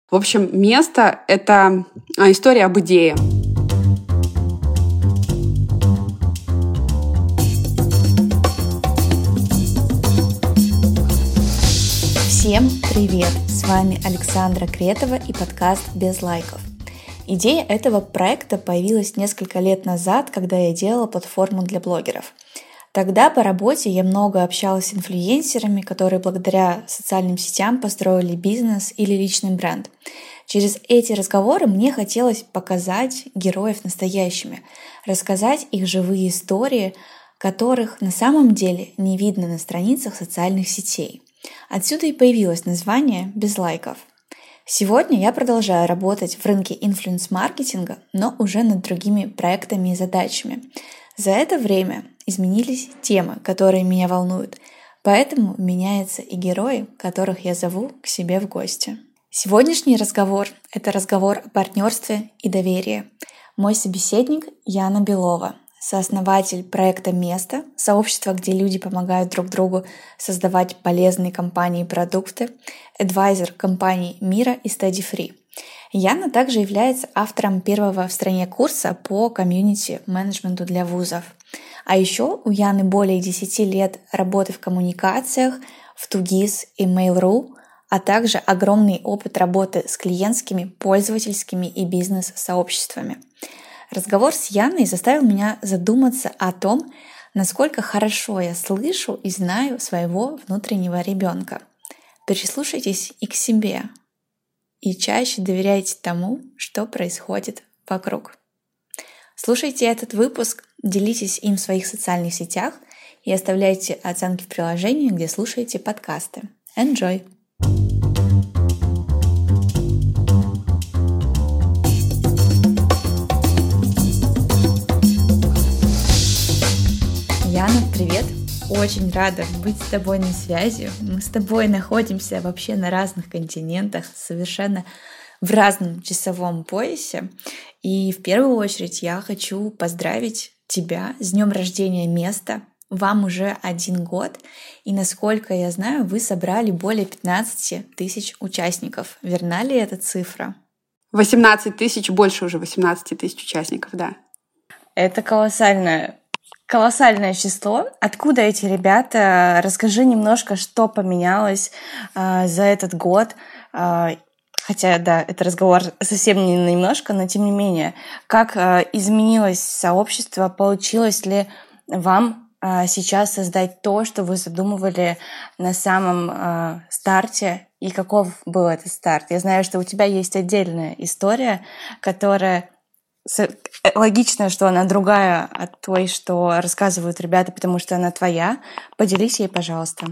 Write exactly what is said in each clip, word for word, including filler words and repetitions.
В общем, место — это история об идее. Всем привет! С вами Александра Кретова и подкаст «Без лайков». Идея этого проекта появилась несколько лет назад, когда я делала платформу для блогеров. Тогда по работе я много общалась с инфлюенсерами, которые благодаря социальным сетям построили бизнес или личный бренд. Через эти разговоры мне хотелось показать героев настоящими, рассказать их живые истории, которых на самом деле не видно на страницах социальных сетей. Отсюда и появилось название «Без лайков». Сегодня я продолжаю работать в рынке инфлюенс-маркетинга, но уже над другими проектами и задачами. За это время изменились темы, которые меня волнуют, поэтому меняются и герои, которых я зову к себе в гости. Сегодняшний разговор — это разговор о партнерстве и доверии. Мой собеседник — Яна Белова, сооснователь проекта «Место», сообщества, где люди помогают друг другу создавать полезные компании и продукты, адвайзер компаний «Мира» и StudyFree. Яна также является автором первого в стране курса по комьюнити-менеджменту для вузов. А еще у Яны более десяти лет работы в коммуникациях, в Тугис и Mail.ru, а также огромный опыт работы с клиентскими, пользовательскими и бизнес-сообществами. Разговор с Яной заставил меня задуматься о том, насколько хорошо я слышу и знаю своего внутреннего ребенка. Прислушайтесь и к себе, и чаще доверяйте тому, что происходит вокруг. Слушайте этот выпуск, делитесь им в своих социальных сетях и оставляйте оценки в приложении, где слушаете подкасты. Enjoy! Яна, привет! Очень рада быть с тобой на связи. Мы с тобой находимся вообще на разных континентах, совершенно в разном часовом поясе. И в первую очередь я хочу поздравить тебя с днем рождения «Места». Вам уже один год, и, насколько я знаю, вы собрали более пятнадцать тысяч участников. Верна ли эта цифра? восемнадцать тысяч, больше уже восемнадцать тысяч участников, да. Это колоссальное, колоссальное число. Откуда эти ребята? Расскажи немножко, что поменялось э, за этот год. Э, хотя, да, это разговор совсем не немножко, но тем не менее. Как э, изменилось сообщество? Получилось ли вам сейчас создать то, что вы задумывали на самом э, старте, и каков был этот старт? Я знаю, что у тебя есть отдельная история, которая логично, что она другая от той, что рассказывают ребята, потому что она твоя. Поделись ей, пожалуйста.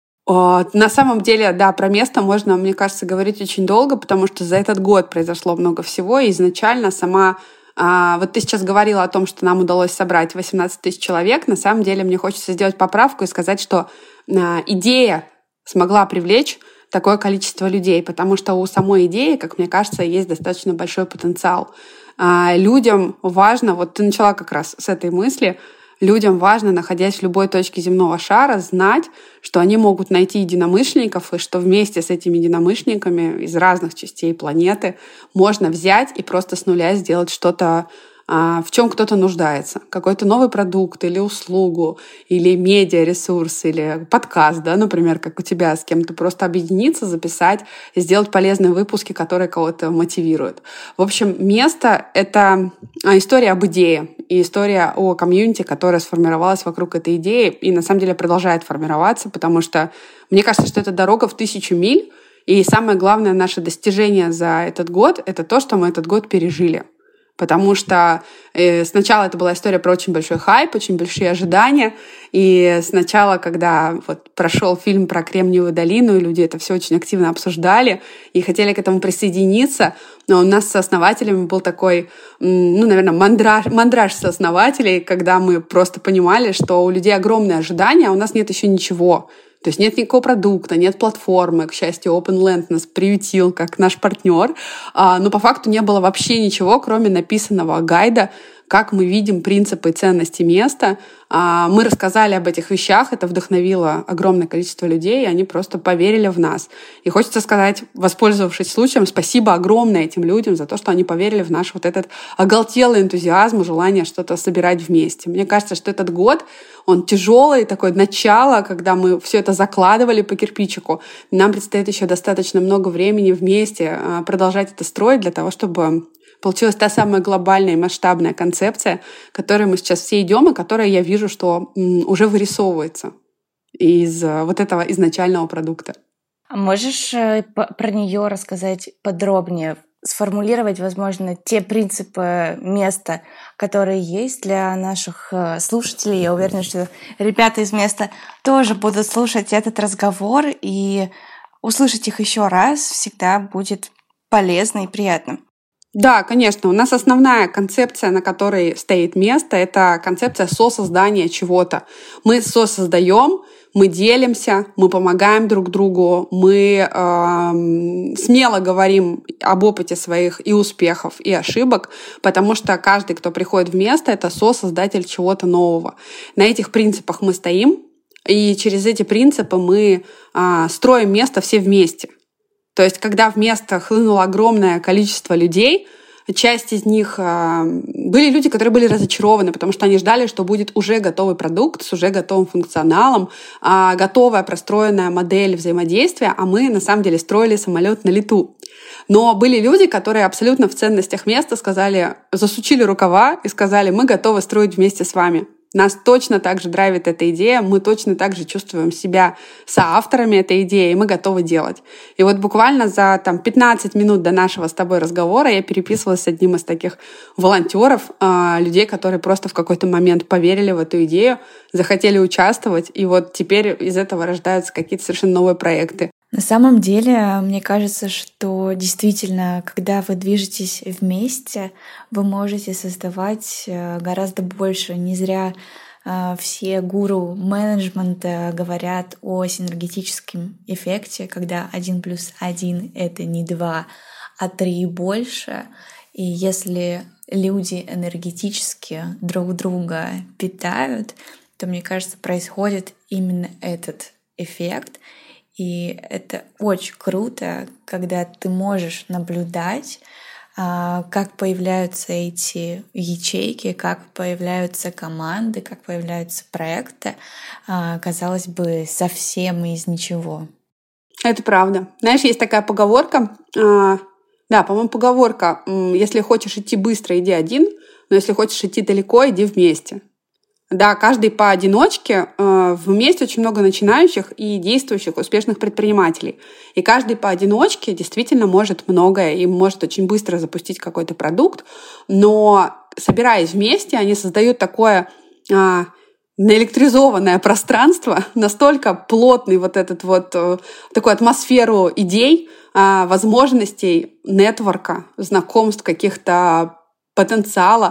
На самом деле, да, про место можно, мне кажется, говорить очень долго, потому что за этот год произошло много всего, и изначально сама А, вот ты сейчас говорила о том, что нам удалось собрать восемнадцать тысяч человек. На самом деле мне хочется сделать поправку и сказать, что а, идея смогла привлечь такое количество людей, потому что у самой идеи, как мне кажется, есть достаточно большой потенциал. А, людям важно, вот ты начала как раз с этой мысли, людям важно, находясь в любой точке земного шара, знать, что они могут найти единомышленников, и что вместе с этими единомышленниками из разных частей планеты можно взять и просто с нуля сделать что-то, в чем кто-то нуждается. Какой-то новый продукт или услугу, или медиаресурс, или подкаст, да, например, как у тебя, с кем-то просто объединиться, записать и сделать полезные выпуски, которые кого-то мотивируют. В общем, место — это история об идее и история о комьюнити, которая сформировалась вокруг этой идеи и на самом деле продолжает формироваться, потому что мне кажется, что это дорога в тысячу миль, и самое главное наше достижение за этот год — это то, что мы этот год пережили. Потому что э, сначала это была история про очень большой хайп, очень большие ожидания. И сначала, когда вот прошел фильм про Кремниевую долину, и люди это все очень активно обсуждали и хотели к этому присоединиться, но у нас с сооснователями был такой, ну, наверное, мандраж, мандраж сооснователей, когда мы просто понимали, что у людей огромные ожидания, а у нас нет еще ничего. То есть нет никакого продукта, нет платформы. К счастью, OpenLand нас приютил как наш партнер. Но по факту не было вообще ничего, кроме написанного гайда, как мы видим принципы и ценности места. Мы рассказали об этих вещах, это вдохновило огромное количество людей, и они просто поверили в нас. И хочется сказать, воспользовавшись случаем, спасибо огромное этим людям за то, что они поверили в наш вот этот оголтелый энтузиазм, желание что-то собирать вместе. Мне кажется, что этот год, он тяжелый, такое начало, когда мы все это закладывали по кирпичику. Нам предстоит еще достаточно много времени вместе продолжать это строить для того, чтобы получилась та самая глобальная и масштабная концепция, к которой мы сейчас все идем, и которая, я вижу, что уже вырисовывается из вот этого изначального продукта. А можешь про нее рассказать подробнее, сформулировать, возможно, те принципы места, которые есть для наших слушателей? Я уверена, что ребята из места тоже будут слушать этот разговор, и услышать их еще раз всегда будет полезно и приятно. Да, конечно. У нас основная концепция, на которой стоит место, это концепция сосоздания чего-то. Мы сосоздаем, мы делимся, мы помогаем друг другу, мы э, смело говорим об опыте своих и успехов, и ошибок, потому что каждый, кто приходит в место, это сосоздатель чего-то нового. На этих принципах мы стоим, и через эти принципы мы э, строим место все вместе. То есть, когда в место хлынуло огромное количество людей, часть из них э, были люди, которые были разочарованы, потому что они ждали, что будет уже готовый продукт с уже готовым функционалом, э, готовая простроенная модель взаимодействия, а мы на самом деле строили самолет на лету. Но были люди, которые абсолютно в ценностях места сказали, засучили рукава и сказали, мы готовы строить вместе с вами. Нас точно так же драйвит эта идея, мы точно так же чувствуем себя соавторами этой идеи, и мы готовы делать. И вот буквально за там, пятнадцать минут до нашего с тобой разговора я переписывалась с одним из таких волонтеров, людей, которые просто в какой-то момент поверили в эту идею, захотели участвовать, и вот теперь из этого рождаются какие-то совершенно новые проекты. На самом деле, мне кажется, что действительно, когда вы движетесь вместе, вы можете создавать гораздо больше. Не зря все гуру менеджмента говорят о синергетическом эффекте, когда один плюс один — это не два, а три и больше. И если люди энергетически друг друга питают, то, мне кажется, происходит именно этот эффект. И это очень круто, когда ты можешь наблюдать, как появляются эти ячейки, как появляются команды, как появляются проекты, казалось бы, совсем из ничего. Это правда. Знаешь, есть такая поговорка, да, по-моему, поговорка, если хочешь идти быстро, иди один, но если хочешь идти далеко, иди вместе. Да, каждый поодиночке, вместе очень много начинающих и действующих успешных предпринимателей. И каждый поодиночке действительно может многое и может очень быстро запустить какой-то продукт, но собираясь вместе, они создают такое а, наэлектризованное пространство, настолько плотный вот этот вот такую атмосферу идей, а, возможностей, нетворка, знакомств каких-то, потенциала,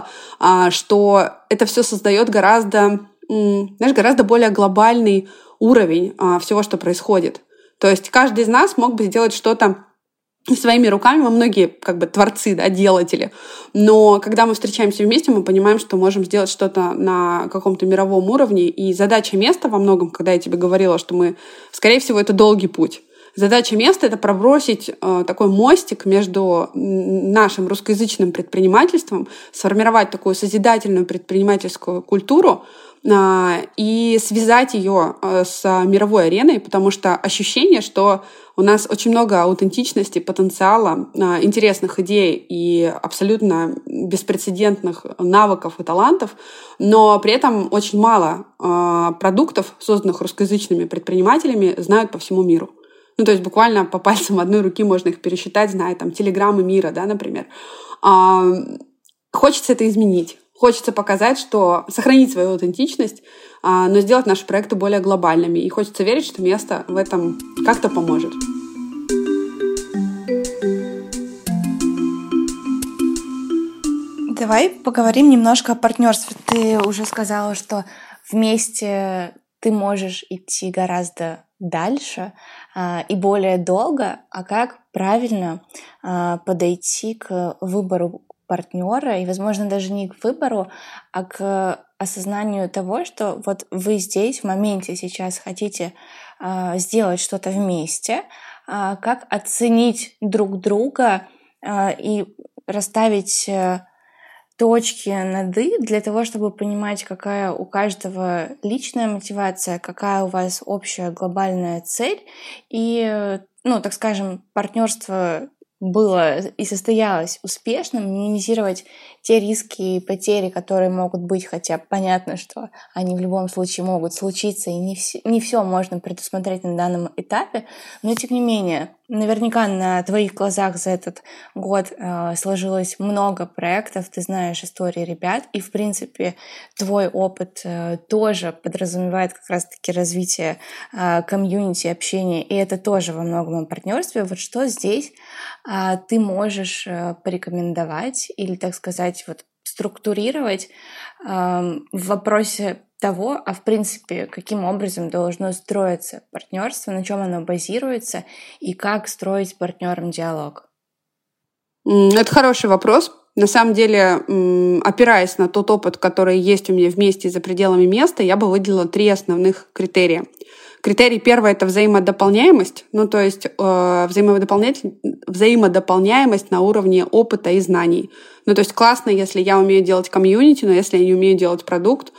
что это все создает гораздо, знаешь, гораздо более глобальный уровень всего, что происходит. То есть каждый из нас мог бы сделать что-то своими руками, мы многие как бы творцы, да, делатели, но когда мы встречаемся вместе, мы понимаем, что можем сделать что-то на каком-то мировом уровне, и задача места во многом, когда я тебе говорила, что мы, скорее всего, это долгий путь. Задача места — это пробросить э, такой мостик между нашим русскоязычным предпринимательством, сформировать такую созидательную предпринимательскую культуру э, и связать ее э, с мировой ареной, потому что ощущение, что у нас очень много аутентичности, потенциала, э, интересных идей и абсолютно беспрецедентных навыков и талантов, но при этом очень мало э, продуктов, созданных русскоязычными предпринимателями, знают по всему миру. Ну, то есть буквально по пальцам одной руки можно их пересчитать, зная там телеграммы мира, да, например. А, хочется это изменить. Хочется показать, что сохранить свою аутентичность, а, но сделать наши проекты более глобальными. И хочется верить, что место в этом как-то поможет. Давай поговорим немножко о партнерстве. Ты уже сказала, что вместе ты можешь идти гораздо дальше а, и более долго, а как правильно а, подойти к выбору партнера, и, возможно, даже не к выбору, а к осознанию того, что вот вы здесь в моменте сейчас хотите э, сделать что-то вместе, э, как оценить друг друга э, и расставить э, точки над «и» для того, чтобы понимать, какая у каждого личная мотивация, какая у вас общая глобальная цель, и, ну, так скажем, партнерство было и состоялось успешным, минимизировать те риски и потери, которые могут быть, хотя понятно, что они в любом случае могут случиться, и не все, не все можно предусмотреть на данном этапе, но тем не менее, наверняка на твоих глазах за этот год э, сложилось много проектов, ты знаешь истории ребят, и, в принципе, твой опыт э, тоже подразумевает как раз-таки развитие э, комьюнити, общения, и это тоже во многом о партнерстве. Вот что здесь э, ты можешь э, порекомендовать или, так сказать, вот структурировать э, в вопросе того, а в принципе, каким образом должно строиться партнерство, на чем оно базируется и как строить с партнером диалог? Это хороший вопрос. На самом деле, опираясь на тот опыт, который есть у меня вместе за пределами места, я бы выделила три основных критерия. Критерий первый — это взаимодополняемость, ну то есть э, взаимодополняемость на уровне опыта и знаний. Ну то есть классно, если я умею делать комьюнити, но если я не умею делать продукт,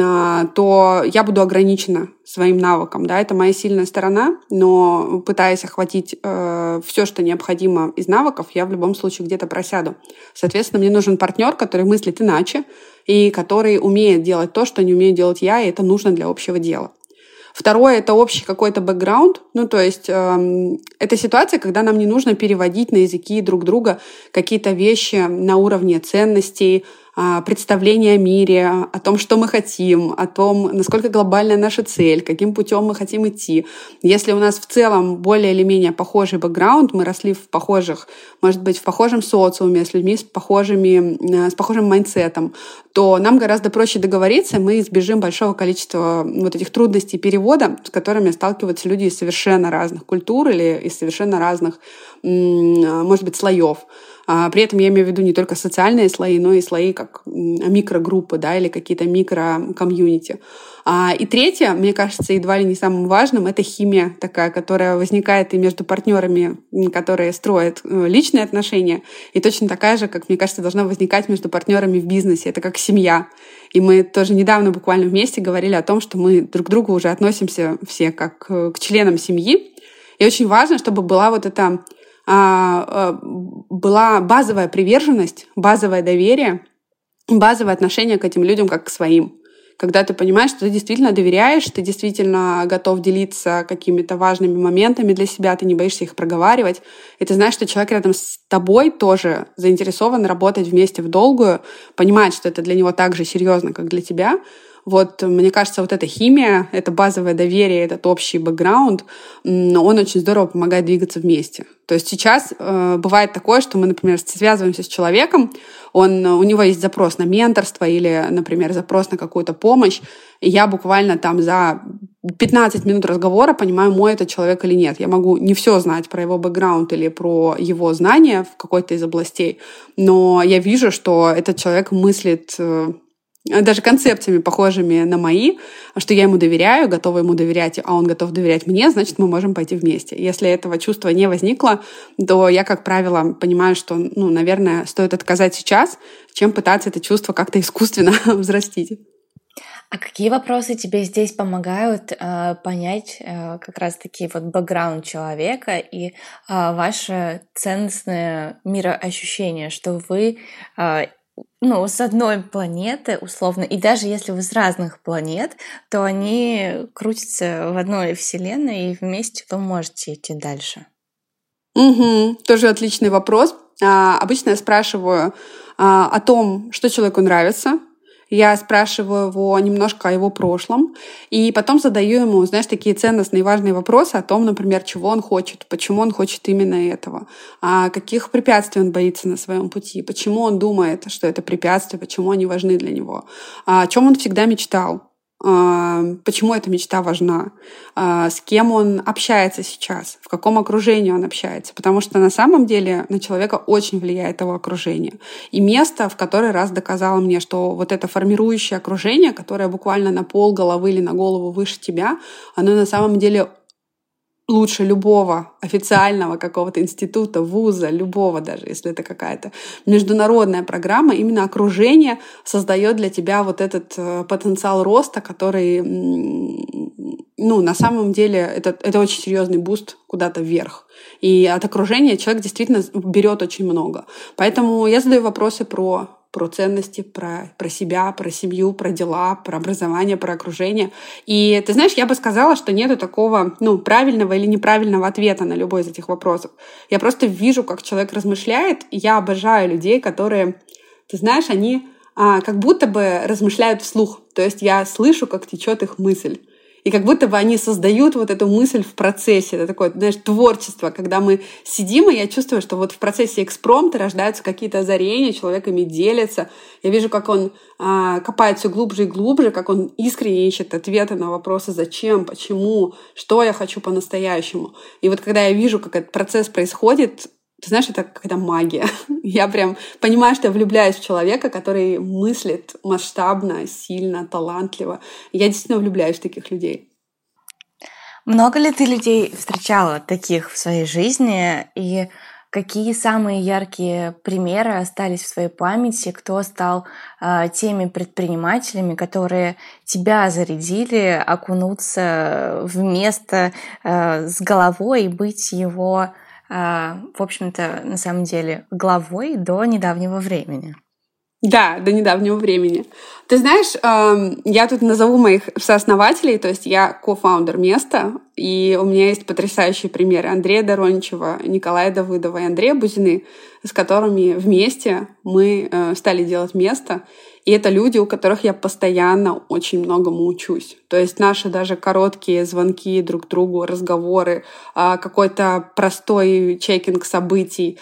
то я буду ограничена своим навыком. Да? Это моя сильная сторона, но пытаясь охватить э, все, что необходимо из навыков, я в любом случае где-то просяду. Соответственно, мне нужен партнер, который мыслит иначе и который умеет делать то, что не умею делать я, и это нужно для общего дела. Второе — это общий какой-то бэкграунд. Ну, то есть э, это ситуация, когда нам не нужно переводить на языки друг друга какие-то вещи на уровне ценностей, представление о мире, о том, что мы хотим, о том, насколько глобальная наша цель, каким путем мы хотим идти. Если у нас в целом более или менее похожий бэкграунд, мы росли в похожих, может быть, в похожем социуме, с людьми с, похожими, с похожим майндсетом, то нам гораздо проще договориться, мы избежим большого количества вот этих трудностей перевода, с которыми сталкиваются люди из совершенно разных культур или из совершенно разных, может быть, слоев. При этом я имею в виду не только социальные слои, но и слои как микрогруппы, да, или какие-то микрокомьюнити. И третье, мне кажется, едва ли не самым важным, это химия такая, которая возникает и между партнерами, которые строят личные отношения, и точно такая же, как, мне кажется, должна возникать между партнерами в бизнесе. Это как семья. И мы тоже недавно буквально вместе говорили о том, что мы друг к другу уже относимся все как к членам семьи. И очень важно, чтобы была вот эта была базовая приверженность, базовое доверие, базовое отношение к этим людям как к своим. Когда ты понимаешь, что ты действительно доверяешь, ты действительно готов делиться какими-то важными моментами для себя, ты не боишься их проговаривать, и ты знаешь, что человек рядом с тобой тоже заинтересован работать вместе в долгую, понимает, что это для него так же серьезно, как для тебя. Вот, мне кажется, вот эта химия, это базовое доверие, этот общий бэкграунд, он очень здорово помогает двигаться вместе. То есть сейчас э, бывает такое, что мы, например, связываемся с человеком, он, у него есть запрос на менторство или, например, запрос на какую-то помощь, и я буквально там за пятнадцать минут разговора понимаю, мой это человек или нет. Я могу не все знать про его бэкграунд или про его знания в какой-то из областей, но я вижу, что этот человек мыслит э, даже концепциями, похожими на мои, что я ему доверяю, готова ему доверять, а он готов доверять мне, значит, мы можем пойти вместе. Если этого чувства не возникло, то я, как правило, понимаю, что, ну, наверное, стоит отказать сейчас, чем пытаться это чувство как-то искусственно взрастить. А какие вопросы тебе здесь помогают э, понять э, как раз-таки вот бэкграунд человека и э, ваше ценностное мироощущение, что вы э, ну, с одной планеты, условно, и даже если вы с разных планет, то они крутятся в одной вселенной, и вместе вы можете идти дальше? Угу, тоже отличный вопрос. А, обычно я спрашиваю а, о том, что человеку нравится. Я спрашиваю его немножко о его прошлом, и потом задаю ему, знаешь, такие ценностные и важные вопросы о том, например, чего он хочет, почему он хочет именно этого, а каких препятствий он боится на своем пути, почему он думает, что это препятствия, почему они важны для него, о чем он всегда мечтал. почему эта мечта важна, с кем он общается сейчас, в каком окружении он общается. Потому что на самом деле на человека очень влияет его окружение. И место в который раз доказало мне, что вот это формирующее окружение, которое буквально на пол головы или на голову выше тебя, оно на самом деле лучше любого официального какого-то института, вуза, любого даже, если это какая-то международная программа, именно окружение создает для тебя вот этот потенциал роста, который, ну, на самом деле, это, это очень серьезный буст куда-то вверх. И от окружения человек действительно берет очень много. Поэтому я задаю вопросы про про ценности, про, про себя, про семью, про дела, про образование, про окружение. И ты знаешь, я бы сказала, что нету такого, ну, правильного или неправильного ответа на любой из этих вопросов. Я просто вижу, как человек размышляет, и я обожаю людей, которые, ты знаешь, они а, как будто бы размышляют вслух. То есть я слышу, как течет их мысль. И как будто бы они создают вот эту мысль в процессе. Это такое, знаешь, творчество, когда мы сидим, и я чувствую, что вот в процессе экспромта рождаются какие-то озарения, человек ими делится. Я вижу, как он а, копает все глубже и глубже, как он искренне ищет ответы на вопросы «зачем?», «почему?», «что я хочу по-настоящему?». И вот когда я вижу, как этот процесс происходит, ты знаешь, это какая-то магия. Я прям понимаю, что я влюбляюсь в человека, который мыслит масштабно, сильно, талантливо. Я действительно влюбляюсь в таких людей. Много ли ты людей встречала таких в своей жизни? И какие самые яркие примеры остались в своей памяти? Кто стал э, теми предпринимателями, которые тебя зарядили окунуться в место э, с головой и быть его... в общем-то, на самом деле, главой до недавнего времени. Да, до недавнего времени. Ты знаешь, я тут назову моих сооснователей, то есть я кофаундер места, и у меня есть потрясающие примеры Андрея Дороничева, Николая Давыдова и Андрея Бузины, с которыми вместе мы стали делать место. И это люди, у которых я постоянно очень многому учусь. То есть наши даже короткие звонки друг другу, разговоры, какой-то простой чекинг событий.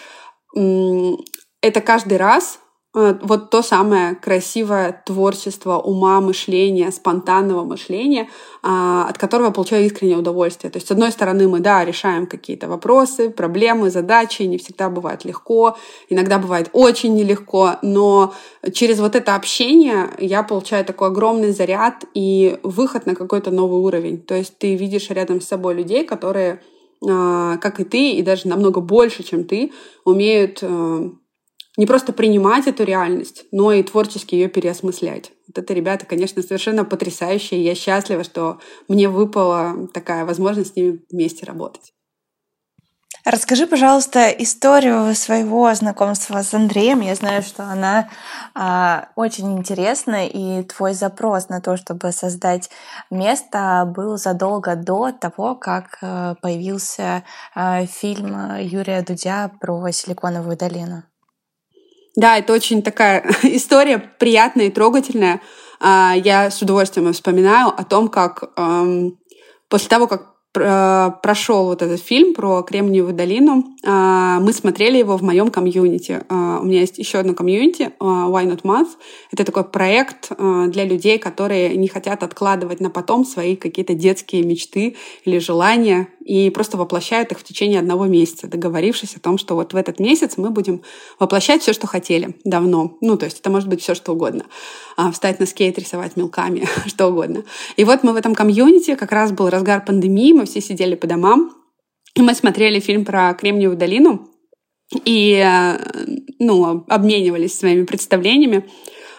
Это каждый раз вот то самое красивое творчество ума, мышления, спонтанного мышления, от которого я получаю искреннее удовольствие. То есть, с одной стороны, мы, да, решаем какие-то вопросы, проблемы, задачи, не всегда бывает легко, иногда бывает очень нелегко, но через вот это общение я получаю такой огромный заряд и выход на какой-то новый уровень. То есть ты видишь рядом с собой людей, которые, как и ты, и даже намного больше, чем ты, умеют не просто принимать эту реальность, но и творчески ее переосмыслять. Вот это ребята, конечно, совершенно потрясающие. Я счастлива, что мне выпала такая возможность с ними вместе работать. Расскажи, пожалуйста, историю своего знакомства с Андреем. Я знаю, что она а, очень интересна, и твой запрос на то, чтобы создать место, был задолго до того, как а, появился а, фильм Юрия Дудя про Силиконовую долину. Да, это очень такая история приятная и трогательная. Я с удовольствием вспоминаю о том, как после того, как прошел вот этот фильм про Кремниевую долину, мы смотрели его в моем комьюнити. У меня есть еще одно комьюнити, Why Not Month. Это такой проект для людей, которые не хотят откладывать на потом свои какие-то детские мечты или желания и просто воплощают их в течение одного месяца, договорившись о том, что вот в этот месяц мы будем воплощать все, что хотели давно. Ну, то есть это может быть все, что угодно. Встать на скейт, рисовать мелками, что угодно. И вот мы в этом комьюнити, как раз был разгар пандемии, мы все сидели по домам, и мы смотрели фильм про Кремниевую долину и, ну, обменивались своими представлениями.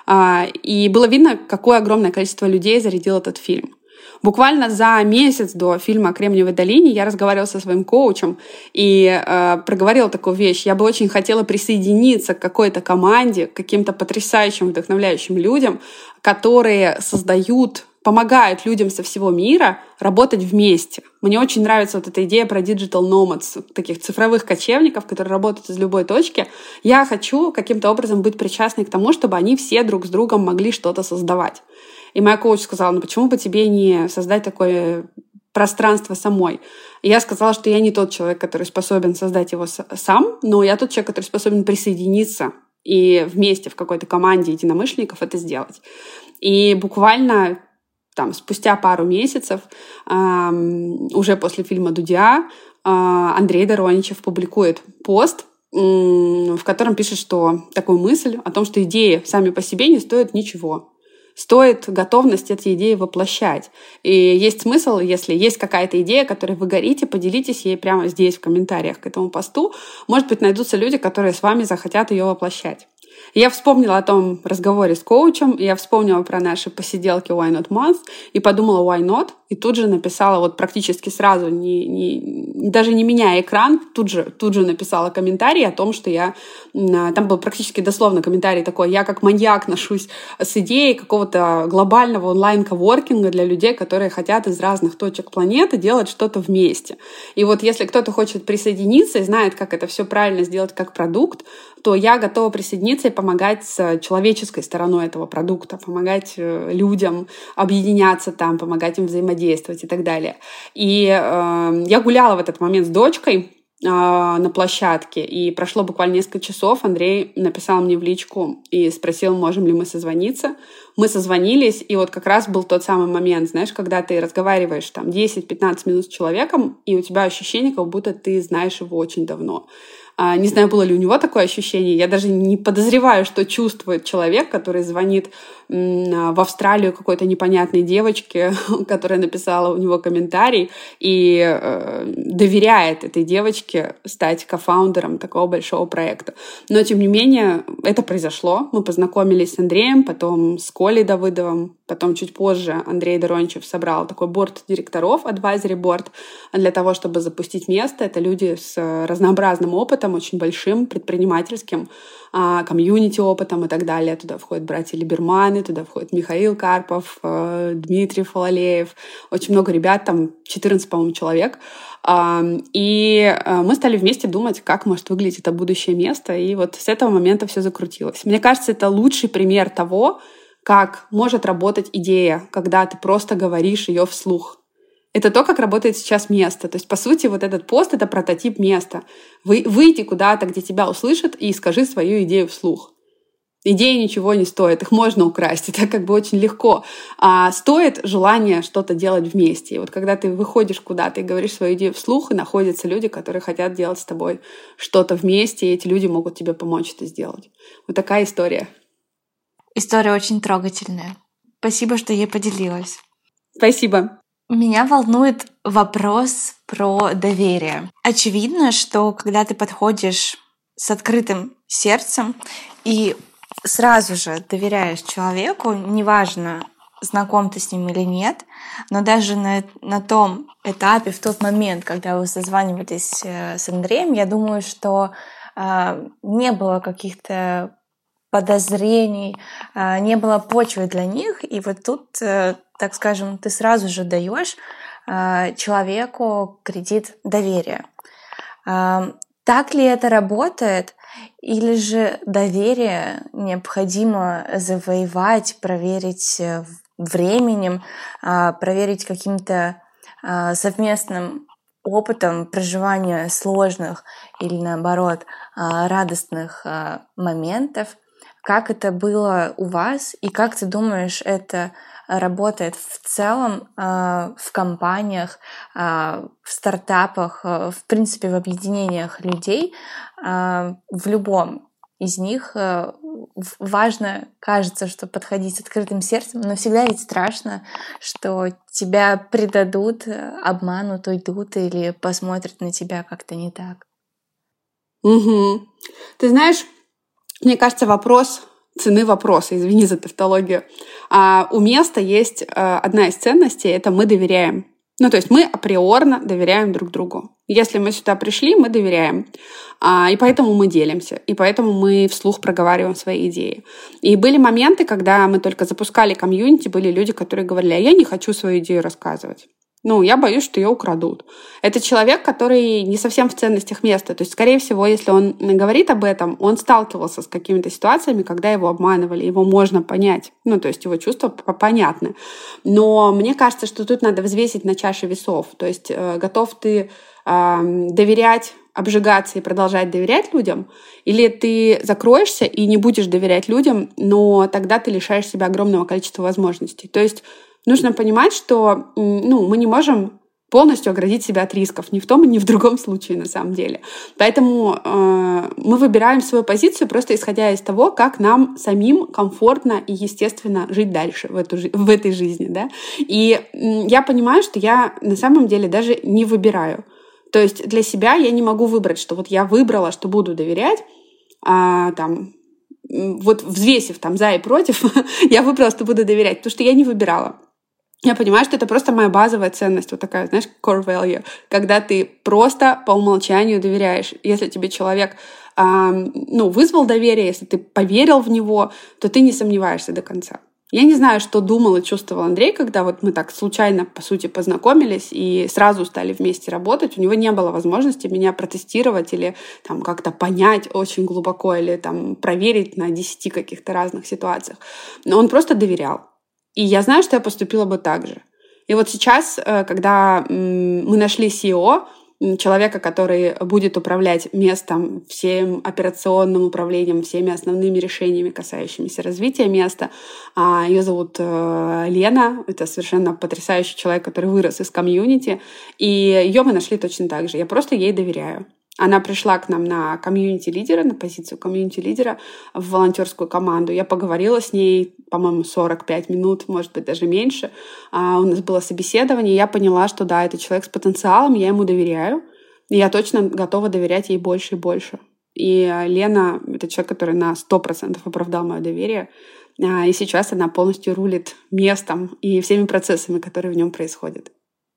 И было видно, какое огромное количество людей зарядил этот фильм. Буквально за месяц до фильма о Кремниевой долине я разговаривала со своим коучем и э, проговорила такую вещь. Я бы очень хотела присоединиться к какой-то команде, к каким-то потрясающим, вдохновляющим людям, которые создают, помогают людям со всего мира работать вместе. Мне очень нравится вот эта идея про digital nomads, таких цифровых кочевников, которые работают из любой точки. Я хочу каким-то образом быть причастной к тому, чтобы они все друг с другом могли что-то создавать. И моя коуч сказала, ну почему бы тебе не создать такое пространство самой? И я сказала, что я не тот человек, который способен создать его сам, но я тот человек, который способен присоединиться и вместе в какой-то команде единомышленников это сделать. И буквально там, спустя пару месяцев, э, уже после фильма «Дудя», э, Андрей Дороничев публикует пост, э, в котором пишет, что такую мысль о том, что идеи сами по себе не стоят ничего. Стоит готовность эти идеи воплощать. И есть смысл, если есть какая-то идея, которой вы горите, поделитесь ей прямо здесь, в комментариях к этому посту. Может быть, найдутся люди, которые с вами захотят ее воплощать. Я вспомнила о том разговоре с коучем, я вспомнила про наши посиделки Why Not Month и подумала Why Not, и тут же написала вот практически сразу, не, не, даже не меняя экран, тут же, тут же написала комментарий о том, что я... Там был практически дословно комментарий такой: я как маньяк ношусь с идеей какого-то глобального онлайн-коворкинга для людей, которые хотят из разных точек планеты делать что-то вместе. И вот если кто-то хочет присоединиться и знает, как это все правильно сделать как продукт, то я готова присоединиться и помогать с человеческой стороной этого продукта, помогать людям объединяться там, помогать им взаимодействовать и так далее. И э, я гуляла в этот момент с дочкой э, на площадке, и прошло буквально несколько часов. Андрей написал мне в личку и спросил, можем ли мы созвониться. Мы созвонились, и вот как раз был тот самый момент, знаешь, когда ты разговариваешь там десять-пятнадцать минут с человеком, и у тебя ощущение, как будто ты знаешь его очень давно. Не знаю, было ли у него такое ощущение. Я даже не подозреваю, что чувствует человек, который звонит в Австралию какой-то непонятной девочке, которая написала у него комментарий, и э, доверяет этой девочке стать кофаундером такого большого проекта. Но, тем не менее, это произошло. Мы познакомились с Андреем, потом с Колей Давыдовым, потом чуть позже Андрей Дороничев собрал такой борд директоров, advisory board, для того, чтобы запустить место. Это люди с разнообразным опытом, очень большим, предпринимательским, комьюнити опытом и так далее. Туда входят братья Либерманы, туда входит Михаил Карпов, Дмитрий Фалалеев, очень много ребят, там четырнадцать, по-моему, человек. И мы стали вместе думать, как может выглядеть это будущее место, и вот с этого момента все закрутилось. Мне кажется, это лучший пример того, как может работать идея, когда ты просто говоришь ее вслух. Это то, как работает сейчас место. То есть, по сути, вот этот пост — это прототип места. Вы, выйди куда-то, где тебя услышат, и скажи свою идею вслух. Идеи ничего не стоят, их можно украсть, это как бы очень легко. А стоит желание что-то делать вместе. И вот когда ты выходишь куда-то и говоришь свою идею вслух, и находятся люди, которые хотят делать с тобой что-то вместе, и эти люди могут тебе помочь это сделать. Вот такая история. История очень трогательная. Спасибо, что ей поделилась. Спасибо. Меня волнует вопрос про доверие. Очевидно, что когда ты подходишь с открытым сердцем и сразу же доверяешь человеку, неважно, знаком ты с ним или нет, но даже на, на том этапе, в тот момент, когда вы созванивались с Андреем, я думаю, что э, не было каких-то подозрений, э, не было почвы для них, и вот тут, э, так скажем, ты сразу же даешь э, человеку кредит доверия. Э, так ли это работает? Или же доверие необходимо завоевать, проверить временем, проверить каким-то совместным опытом проживания сложных или, наоборот, радостных моментов? Как это было у вас и как ты думаешь, это работает в целом в компаниях, в стартапах, в принципе, в объединениях людей? В любом из них важно, кажется, что подходить с открытым сердцем, но всегда ведь страшно, что тебя предадут, обманут, уйдут или посмотрят на тебя как-то не так. Угу. Ты знаешь, мне кажется, вопрос цены вопроса, извини за тавтологию. А у места есть одна из ценностей — это мы доверяем. Ну, то есть мы априорно доверяем друг другу. Если мы сюда пришли, мы доверяем. А, и поэтому мы делимся. И поэтому мы вслух проговариваем свои идеи. И были моменты, когда мы только запускали комьюнити, были люди, которые говорили: а я не хочу свою идею рассказывать. Ну, я боюсь, что ее украдут. Это человек, который не совсем в ценностях места. То есть, скорее всего, если он говорит об этом, он сталкивался с какими-то ситуациями, когда его обманывали, его можно понять. Ну, то есть его чувства понятны. Но мне кажется, что тут надо взвесить на чаше весов. То есть готов ты э, доверять, обжигаться и продолжать доверять людям, или ты закроешься и не будешь доверять людям, но тогда ты лишаешь себя огромного количества возможностей. То есть нужно понимать, что ну, мы не можем полностью оградить себя от рисков ни в том, ни в другом случае на самом деле. Поэтому э, мы выбираем свою позицию просто исходя из того, как нам самим комфортно и естественно жить дальше в, эту, в этой жизни. Да? И э, я понимаю, что я на самом деле даже не выбираю. То есть для себя я не могу выбрать, что вот я выбрала, что буду доверять, а, там, вот взвесив там за и против, я выбрала, что буду доверять, потому что я не выбирала. Я понимаю, что это просто моя базовая ценность, вот такая, знаешь, core value, когда ты просто по умолчанию доверяешь. Если тебе человек э, ну, вызвал доверие, если ты поверил в него, то ты не сомневаешься до конца. Я не знаю, что думал и чувствовал Андрей, когда вот мы так случайно, по сути, познакомились и сразу стали вместе работать. У него не было возможности меня протестировать или там, как-то понять очень глубоко или там, проверить на десяти каких-то разных ситуациях. Но он просто доверял. И я знаю, что я поступила бы так же. И вот сейчас, когда мы нашли си и о, человека, который будет управлять местом, всем операционным управлением, всеми основными решениями, касающимися развития места. Ее зовут Лена. Это совершенно потрясающий человек, который вырос из комьюнити. И ее мы нашли точно так же. Я просто ей доверяю. Она пришла к нам на комьюнити-лидера, на позицию комьюнити-лидера в волонтерскую команду. Я поговорила с ней, по-моему, сорок пять минут, может быть, даже меньше. А у нас было собеседование, и я поняла, что да, это человек с потенциалом, я ему доверяю, и я точно готова доверять ей больше и больше. И Лена — это человек, который на сто процентов оправдал мое доверие, и сейчас она полностью рулит местом и всеми процессами, которые в нем происходят.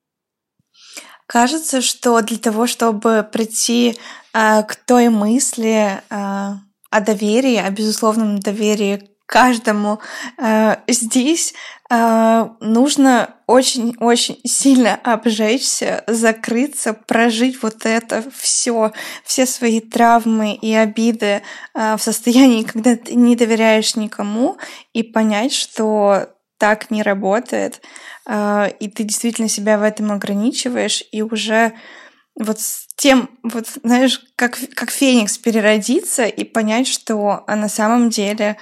Кажется, что для того, чтобы прийти э, к той мысли э, о доверии, о безусловном доверии каждому э, здесь, э, нужно очень-очень сильно обжечься, закрыться, прожить вот это все, все свои травмы и обиды э, в состоянии, когда ты не доверяешь никому, и понять, что так не работает, и ты действительно себя в этом ограничиваешь, и уже вот с тем, вот знаешь, как, как феникс переродиться и понять, что на самом деле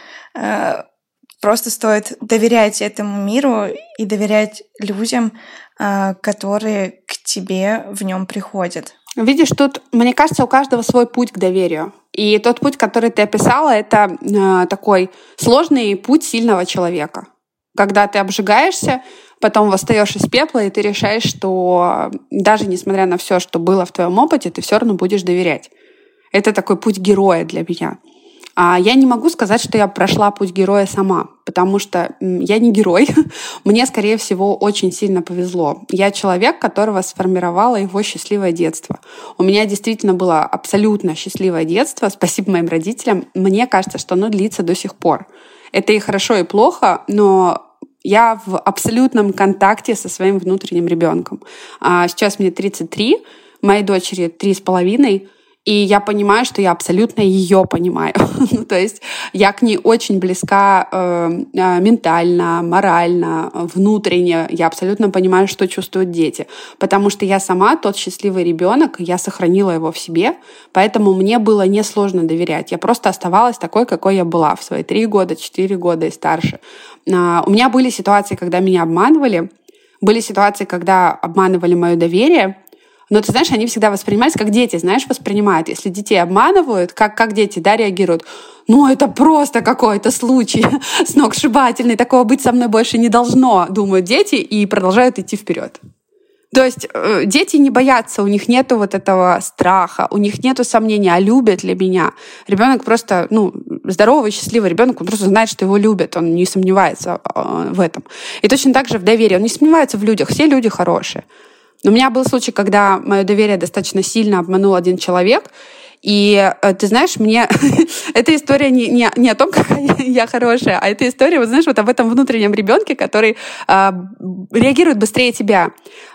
просто стоит доверять этому миру и доверять людям, которые к тебе в нем приходят. Видишь, тут, мне кажется, у каждого свой путь к доверию. И тот путь, который ты описала, это такой сложный путь сильного человека. Когда ты обжигаешься, потом восстаешь из пепла, и ты решаешь, что даже несмотря на все, что было в твоем опыте, ты все равно будешь доверять. Это такой путь героя для меня. А я не могу сказать, что я прошла путь героя сама, потому что я не герой. Мне, скорее всего, очень сильно повезло. Я человек, которого сформировало его счастливое детство. У меня действительно было абсолютно счастливое детство. Спасибо моим родителям. Мне кажется, что оно длится до сих пор. Это и хорошо, и плохо, но я в абсолютном контакте со своим внутренним ребенком. Сейчас мне тридцать три, моей дочери три с половиной, и я понимаю, что я абсолютно ее понимаю. Ну, то есть я к ней очень близка э, ментально, морально, внутренне. Я абсолютно понимаю, что чувствуют дети. Потому что я сама тот счастливый ребенок, я сохранила его в себе, поэтому мне было несложно доверять. Я просто оставалась такой, какой я была в свои три года, четыре года и старше. Э, у меня были ситуации, когда меня обманывали, были ситуации, когда обманывали мое доверие. Но ты знаешь, они всегда воспринимались, как дети, знаешь, воспринимают. Если детей обманывают, как, как дети, да, реагируют. Ну, это просто какой-то случай сногсшибательный, такого быть со мной больше не должно, думают дети, и продолжают идти вперед. То есть э, дети не боятся, у них нету вот этого страха, у них нету сомнения, а любят ли меня. Ребенок просто, ну, здоровый, счастливый ребенок, он просто знает, что его любят, он не сомневается э, в этом. И точно так же в доверии, он не сомневается в людях, все люди хорошие. У меня был случай, когда мое доверие достаточно сильно обманул один человек, и ты знаешь, мне эта история не, не, не о том, какая я хорошая, а это история, вот знаешь, вот об этом внутреннем ребенке, который э, реагирует быстрее тебя.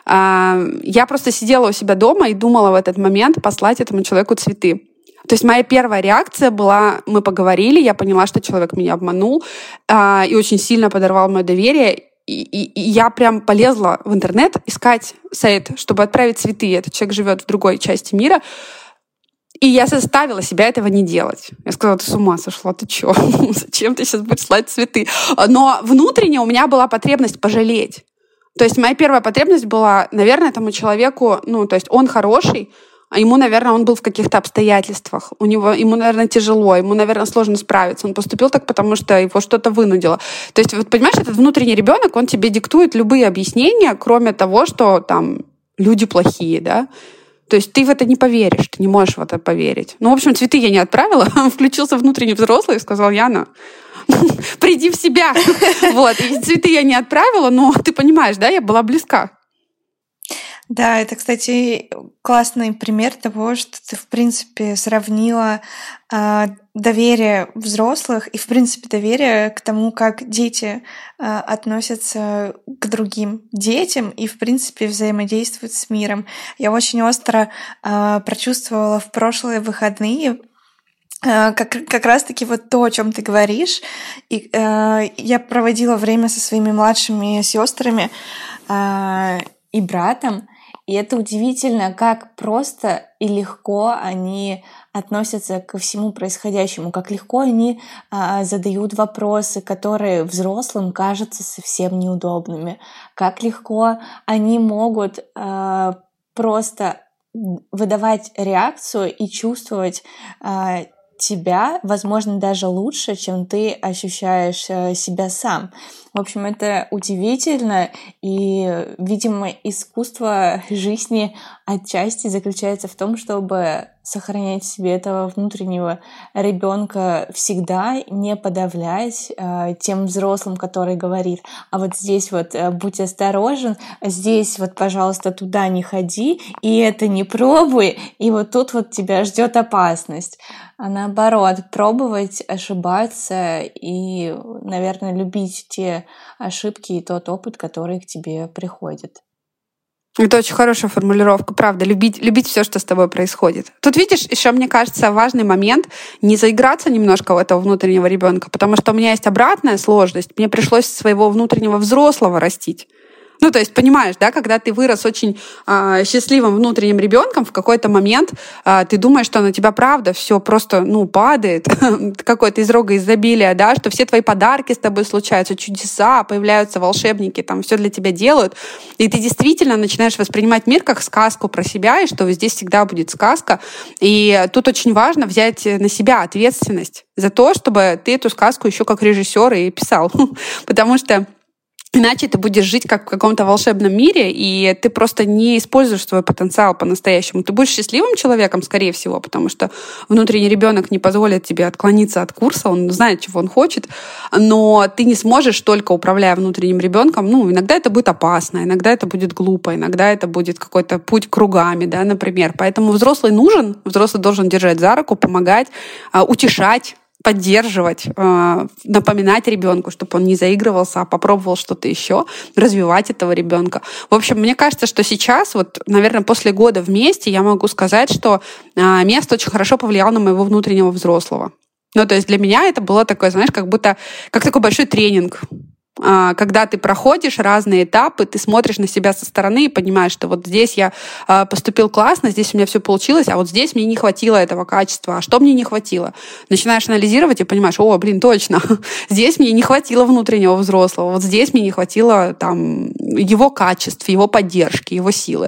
Э, я просто сидела у себя дома и думала в этот момент послать этому человеку цветы. То есть моя первая реакция была, мы поговорили, я поняла, что человек меня обманул э, и очень сильно подорвал мое доверие. И, и, и я прям полезла в интернет искать сайт, чтобы отправить цветы. Этот человек живет в другой части мира. И я заставила себя этого не делать. Я сказала, ты с ума сошла, ты чё? Зачем ты сейчас будешь слать цветы? Но внутренне у меня была потребность пожалеть. То есть моя первая потребность была, наверное, этому человеку, ну, то есть он хороший, а ему, наверное, он был в каких-то обстоятельствах. У него, ему, наверное, тяжело, ему, наверное, сложно справиться. Он поступил так, потому что его что-то вынудило. То есть, вот понимаешь, этот внутренний ребенок, он тебе диктует любые объяснения, кроме того, что там люди плохие, да. То есть ты в это не поверишь, ты не можешь в это поверить. Ну, в общем, цветы я не отправила. Включился внутренний взрослый и сказал, Яна, приди в себя. Вот. И цветы я не отправила, но ты понимаешь, да, я была близка. Да, это, кстати, классный пример того, что ты, в принципе, сравнила э, доверие взрослых и, в принципе, доверие к тому, как дети э, относятся к другим детям и, в принципе, взаимодействуют с миром. Я очень остро э, прочувствовала в прошлые выходные э, как, как раз-таки вот то, о чем ты говоришь. И, э, я проводила время со своими младшими сестрами э, и братом. И это удивительно, как просто и легко они относятся ко всему происходящему, как легко они а, задают вопросы, которые взрослым кажутся совсем неудобными, как легко они могут а, просто выдавать реакцию и чувствовать а, тебя, возможно, даже лучше, чем ты ощущаешь а, себя сам. В общем, это удивительно, и, видимо, искусство жизни отчасти заключается в том, чтобы сохранять в себе этого внутреннего ребенка всегда, не подавлять э, тем взрослым, который говорит, а вот здесь вот э, будь осторожен, здесь вот, пожалуйста, туда не ходи, и это не пробуй, и вот тут вот тебя ждет опасность. А наоборот, пробовать, ошибаться и, наверное, любить те ошибки и тот опыт, который к тебе приходит. Это очень хорошая формулировка, правда. Любить, любить все, что с тобой происходит. Тут, видишь, еще, мне кажется, важный момент не заиграться немножко в этого внутреннего ребенка, потому что у меня есть обратная сложность. Мне пришлось своего внутреннего взрослого растить. Ну, то есть, понимаешь, да, когда ты вырос очень э, счастливым внутренним ребенком, в какой-то момент э, ты думаешь, что на тебя правда все просто, ну, падает, какое-то из рога изобилия, да, что все твои подарки с тобой случаются, чудеса, появляются волшебники, там все для тебя делают, и ты действительно начинаешь воспринимать мир как сказку про себя, и что здесь всегда будет сказка. И тут очень важно взять на себя ответственность за то, чтобы ты эту сказку еще как режиссер и писал, потому что иначе ты будешь жить как в каком-то волшебном мире, и ты просто не используешь свой потенциал по-настоящему. Ты будешь счастливым человеком, скорее всего, потому что внутренний ребенок не позволит тебе отклониться от курса, он знает, чего он хочет, но ты не сможешь только управляя внутренним ребенком. Ну, иногда это будет опасно, иногда это будет глупо, иногда это будет какой-то путь кругами, да, например. Поэтому взрослый нужен, взрослый должен держать за руку, помогать, утешать, поддерживать, э, напоминать ребенку, чтобы он не заигрывался, а попробовал что-то еще, развивать этого ребенка. В общем, мне кажется, что сейчас, вот, наверное, после года вместе, я могу сказать, что э, место очень хорошо повлияло на моего внутреннего взрослого. Ну, то есть для меня это было такое, знаешь, как будто, как такой большой тренинг. Когда ты проходишь разные этапы, ты смотришь на себя со стороны и понимаешь, что вот здесь я поступил классно, здесь у меня все получилось, а вот здесь мне не хватило этого качества. А что мне не хватило? Начинаешь анализировать и понимаешь, о, блин, точно, здесь мне не хватило внутреннего взрослого, вот здесь мне не хватило там его качеств, его поддержки, его силы.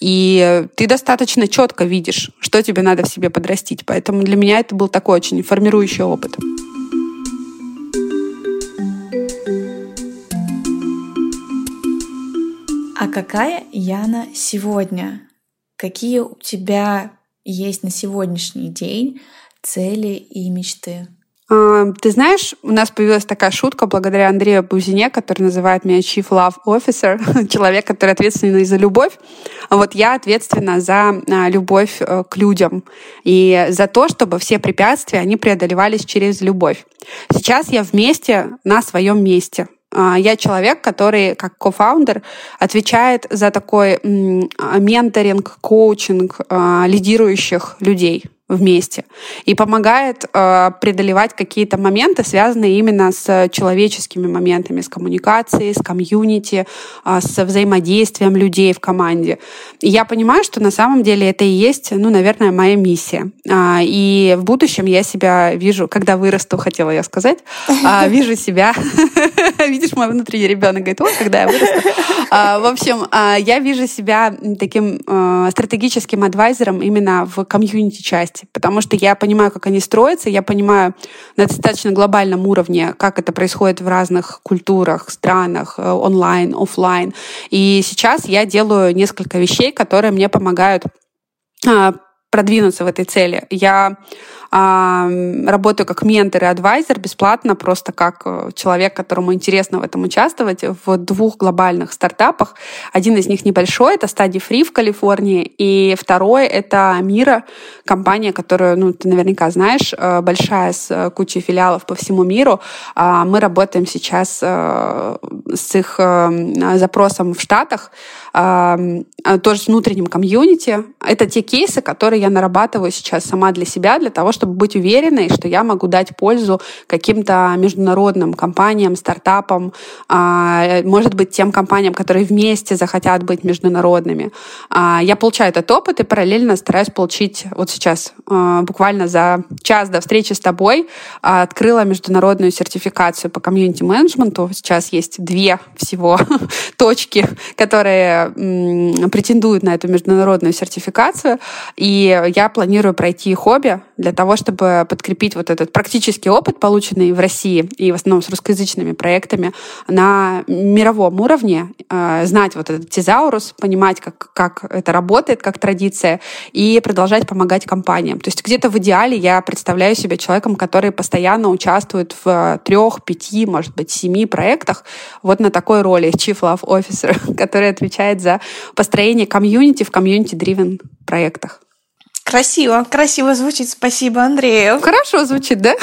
И ты достаточно четко видишь, что тебе надо в себе подрастить. Поэтому для меня это был такой очень формирующий опыт. А какая Яна сегодня? Какие у тебя есть на сегодняшний день цели и мечты? Ты знаешь, у нас появилась такая шутка благодаря Андрею Бузине, который называет меня Chief Love Officer, человек, который ответственный за любовь. А вот я ответственна за любовь к людям и за то, чтобы все препятствия, они преодолевались через любовь. Сейчас я вместе на своем месте. Я человек, который, как кофаундер, отвечает за такой менторинг, коучинг лидирующих людей вместе и помогает э, преодолевать какие-то моменты, связанные именно с человеческими моментами, с коммуникацией, с комьюнити, э, с взаимодействием людей в команде. И я понимаю, что на самом деле это и есть, ну, наверное, моя миссия. Э, и в будущем я себя вижу, когда вырасту, хотела я сказать, э, вижу себя, видишь, мой внутренний ребенок говорит, ой, когда я вырасту. Э, в общем, э, я вижу себя таким э, стратегическим адвайзером именно в комьюнити-части, потому что я понимаю, как они строятся, я понимаю на достаточно глобальном уровне, как это происходит в разных культурах, странах, онлайн, офлайн. И сейчас я делаю несколько вещей, которые мне помогают продвинуться в этой цели. Я э, работаю как ментор и адвайзер бесплатно, просто как человек, которому интересно в этом участвовать, в двух глобальных стартапах. Один из них небольшой, это Study Free в Калифорнии, и второй — это Miro, компания, которую, ну, ты наверняка знаешь, большая, с кучей филиалов по всему миру. Мы работаем сейчас с их запросом в Штатах, тоже с внутренним комьюнити. Это те кейсы, которые я нарабатываю сейчас сама для себя, для того, чтобы быть уверенной, что я могу дать пользу каким-то международным компаниям, стартапам, может быть, тем компаниям, которые вместе захотят быть международными. Я получаю этот опыт и параллельно стараюсь получить вот сейчас, буквально за час до встречи с тобой, открыла международную сертификацию по комьюнити-менеджменту. Сейчас есть две всего точки, которые претендуют на эту международную сертификацию, и я планирую пройти их обе для того, чтобы подкрепить вот этот практический опыт, полученный в России и в основном с русскоязычными проектами, на мировом уровне, знать вот этот тезаурус, понимать, как, как это работает, как традиция, и продолжать помогать компаниям. То есть где-то в идеале я представляю себя человеком, который постоянно участвует в трех, пяти, может быть, семи проектах, вот на такой роли Chief Love Officer, который отвечает за построение комьюнити в комьюнити-дривен проектах. Красиво, красиво звучит. Спасибо, Андрею. Хорошо звучит, да?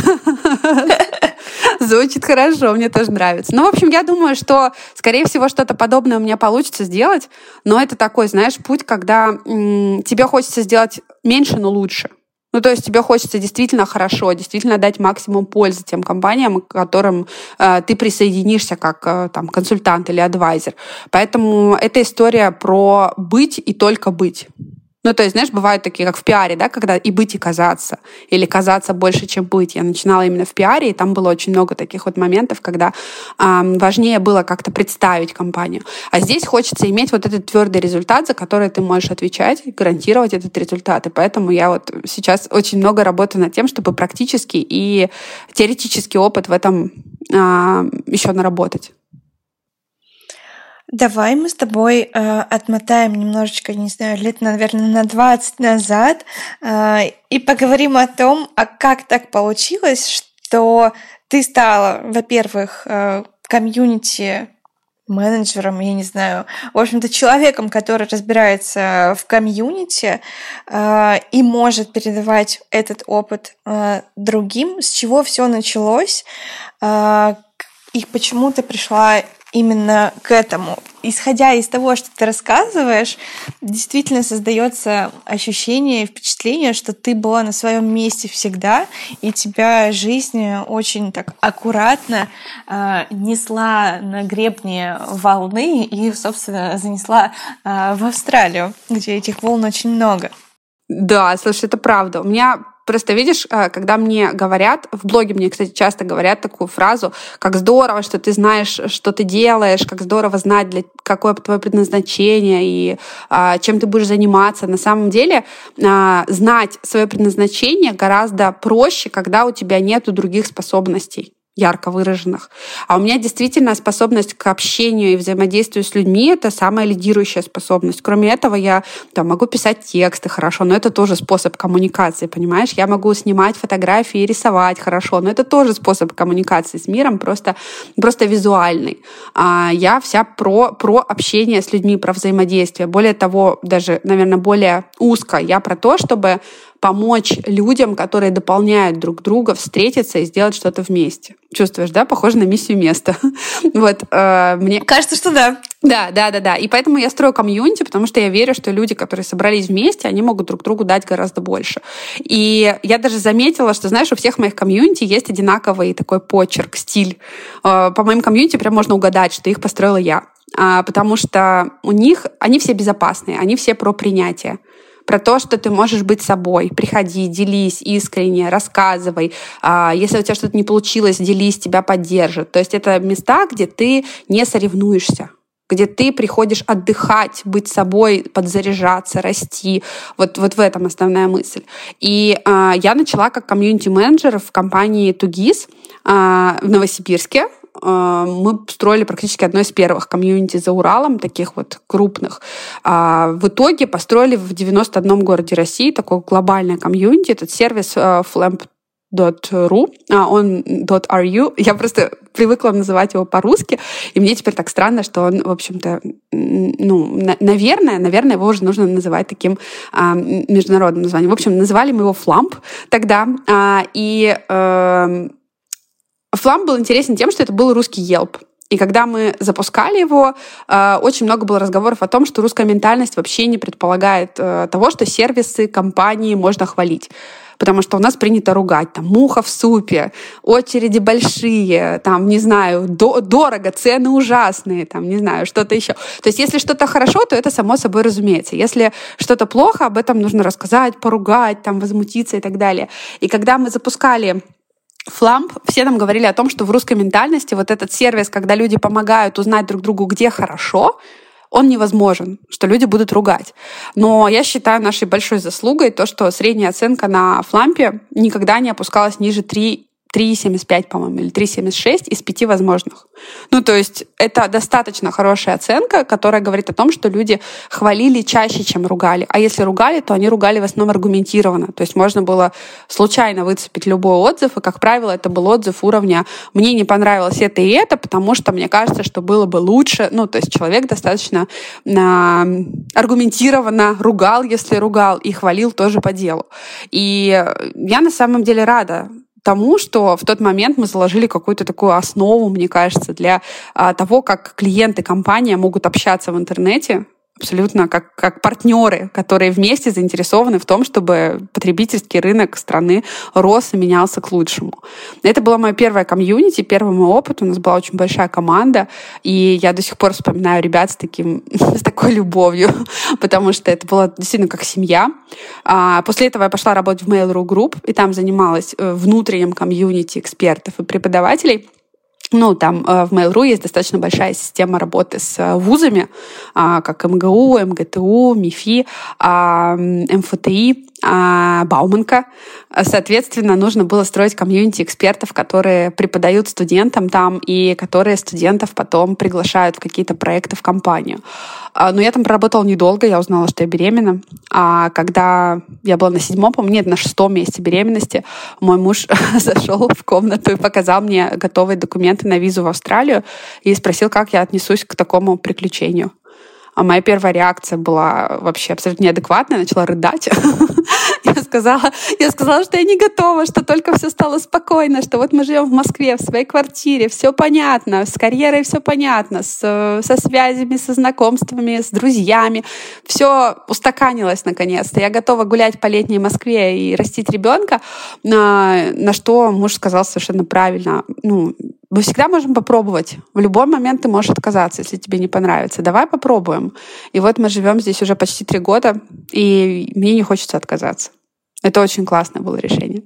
Звучит хорошо, мне тоже нравится. Ну, в общем, я думаю, что, скорее всего, что-то подобное у меня получится сделать, но это такой, знаешь, путь, когда м- тебе хочется сделать меньше, но лучше. Ну, то есть тебе хочется действительно хорошо, действительно дать максимум пользы тем компаниям, к которым э, ты присоединишься как э, там, консультант или адвайзер. Поэтому эта история про быть и только быть. Ну, то есть, знаешь, бывают такие, как в пиаре, да, когда и быть, и казаться. Или казаться больше, чем быть. Я начинала именно в пиаре, и там было очень много таких вот моментов, когда э, важнее было как-то представить компанию. А здесь хочется иметь вот этот твердый результат, за который ты можешь отвечать, и гарантировать этот результат. И поэтому я вот сейчас очень много работаю над тем, чтобы практический и теоретический опыт в этом э, еще наработать. Давай мы с тобой э, отмотаем немножечко, не знаю, лет, наверное, на двадцать назад э, и поговорим о том, а как так получилось, что ты стала, во-первых, э, комьюнити менеджером, я не знаю, в общем-то, человеком, который разбирается в комьюнити э, и может передавать этот опыт э, другим, с чего все началось, э, и почему ты пришла именно к этому. Исходя из того, что ты рассказываешь, действительно создается ощущение и впечатление, что ты была на своем месте всегда, и тебя жизнь очень так аккуратно э, несла на гребне волны и, собственно, занесла э, в Австралию, где этих волн очень много. Да, слушай, это правда. У меня просто, видишь, когда мне говорят, в блоге мне, кстати, часто говорят такую фразу, как здорово, что ты знаешь, что ты делаешь, как здорово знать, для, какое твое предназначение и а, чем ты будешь заниматься. На самом деле, а, знать свое предназначение гораздо проще, когда у тебя нету других способностей ярко выраженных. А у меня действительно способность к общению и взаимодействию с людьми — это самая лидирующая способность. Кроме этого, я там, могу писать тексты хорошо, но это тоже способ коммуникации, понимаешь? Я могу снимать фотографии и рисовать хорошо, но это тоже способ коммуникации с миром, просто, просто визуальный. А я вся про, про общение с людьми, про взаимодействие. Более того, даже, наверное, более узко, я про то, чтобы помочь людям, которые дополняют друг друга, встретиться и сделать что-то вместе. Чувствуешь, да? Похоже на миссию места. Вот, э, мне... Кажется, что да. Да, да, да, да. И поэтому я строю комьюнити, потому что я верю, что люди, которые собрались вместе, они могут друг другу дать гораздо больше. И я даже заметила, что, знаешь, у всех моих комьюнити есть одинаковый такой почерк, стиль. По моим комьюнити прям можно угадать, что их построила я. Потому что у них, они все безопасные, они все про принятие. Про то, что ты можешь быть собой. Приходи, делись искренне, рассказывай. Если у тебя что-то не получилось, делись, тебя поддержат. То есть это места, где ты не соревнуешься, где ты приходишь отдыхать, быть собой, подзаряжаться, расти. Вот, вот в этом основная мысль. И э, я начала как комьюнити-менеджер в компании Тугис э, в Новосибирске. Э, мы строили практически одно из первых комьюнити за Уралом, таких вот крупных. А в итоге построили в девяносто одном городе России такое глобальное комьюнити. Этот сервис э, Flamp .ru, а он .ru. Я просто привыкла называть его по-русски, и мне теперь так странно, что он, в общем-то, ну, на- наверное, наверное, его уже нужно называть таким а, международным названием. В общем, называли мы его Flamp тогда, а, и а, Flamp был интересен тем, что это был русский Yelp. И когда мы запускали его, очень много было разговоров о том, что русская ментальность вообще не предполагает того, что сервисы, компании можно хвалить. Потому что у нас принято ругать, там, муха в супе, очереди большие, там, не знаю, до- дорого, цены ужасные, там, не знаю, что-то еще. То есть если что-то хорошо, то это само собой разумеется. Если что-то плохо, об этом нужно рассказать, поругать, там, возмутиться и так далее. И когда мы запускали Flamp, все нам говорили о том, что в русской ментальности вот этот сервис, когда люди помогают узнать друг другу, где хорошо, он невозможен, что люди будут ругать. Но я считаю нашей большой заслугой то, что средняя оценка на Флампе никогда не опускалась ниже три три семьдесят пять, по-моему, или три семьдесят шесть из пяти возможных. Ну, то есть это достаточно хорошая оценка, которая говорит о том, что люди хвалили чаще, чем ругали. А если ругали, то они ругали в основном аргументированно. То есть можно было случайно выцепить любой отзыв, и, как правило, это был отзыв уровня «мне не понравилось это и это, потому что мне кажется, что было бы лучше». Ну, то есть человек достаточно а, аргументированно ругал, если ругал, и хвалил тоже по делу. И я на самом деле рада тому, что в тот момент мы заложили какую-то такую основу, мне кажется, для а, того, как клиенты, компания могут общаться в интернете, абсолютно как, как партнеры, которые вместе заинтересованы в том, чтобы потребительский рынок страны рос и менялся к лучшему. Это была моя первая комьюнити, первый мой опыт. У нас была очень большая команда, и я до сих пор вспоминаю ребят с, таким, с такой любовью, потому что это было действительно как семья. После этого я пошла работать в Mail.ru Group, и там занималась внутренним комьюнити экспертов и преподавателей. Ну, там в Mail.ru есть достаточно большая система работы с вузами, как эм гэ у, эм гэ тэ у, МИФИ, эм эф тэ и, Бауманка. Соответственно, нужно было строить комьюнити экспертов, которые преподают студентам там и которые студентов потом приглашают в какие-то проекты в компанию. Но я там проработала недолго, я узнала, что я беременна. А когда я была на седьмом, по-моему, нет, на шестом месяце беременности, мой муж зашел в комнату и показал мне готовые документы на визу в Австралию и спросил, как я отнесусь к такому приключению. А моя первая реакция была вообще абсолютно неадекватная, я начала рыдать. Я сказала, я сказала, что я не готова, что только все стало спокойно, что вот мы живем в Москве, в своей квартире, все понятно, с карьерой все понятно, с, со связями, со знакомствами, с друзьями. Все устаканилось наконец-то. Я готова гулять по летней Москве и растить ребенка, на, на что муж сказал совершенно правильно. Ну, мы всегда можем попробовать. В любой момент ты можешь отказаться, если тебе не понравится. Давай попробуем. И вот мы живем здесь уже почти три года, и мне не хочется отказаться. Это очень классное было решение.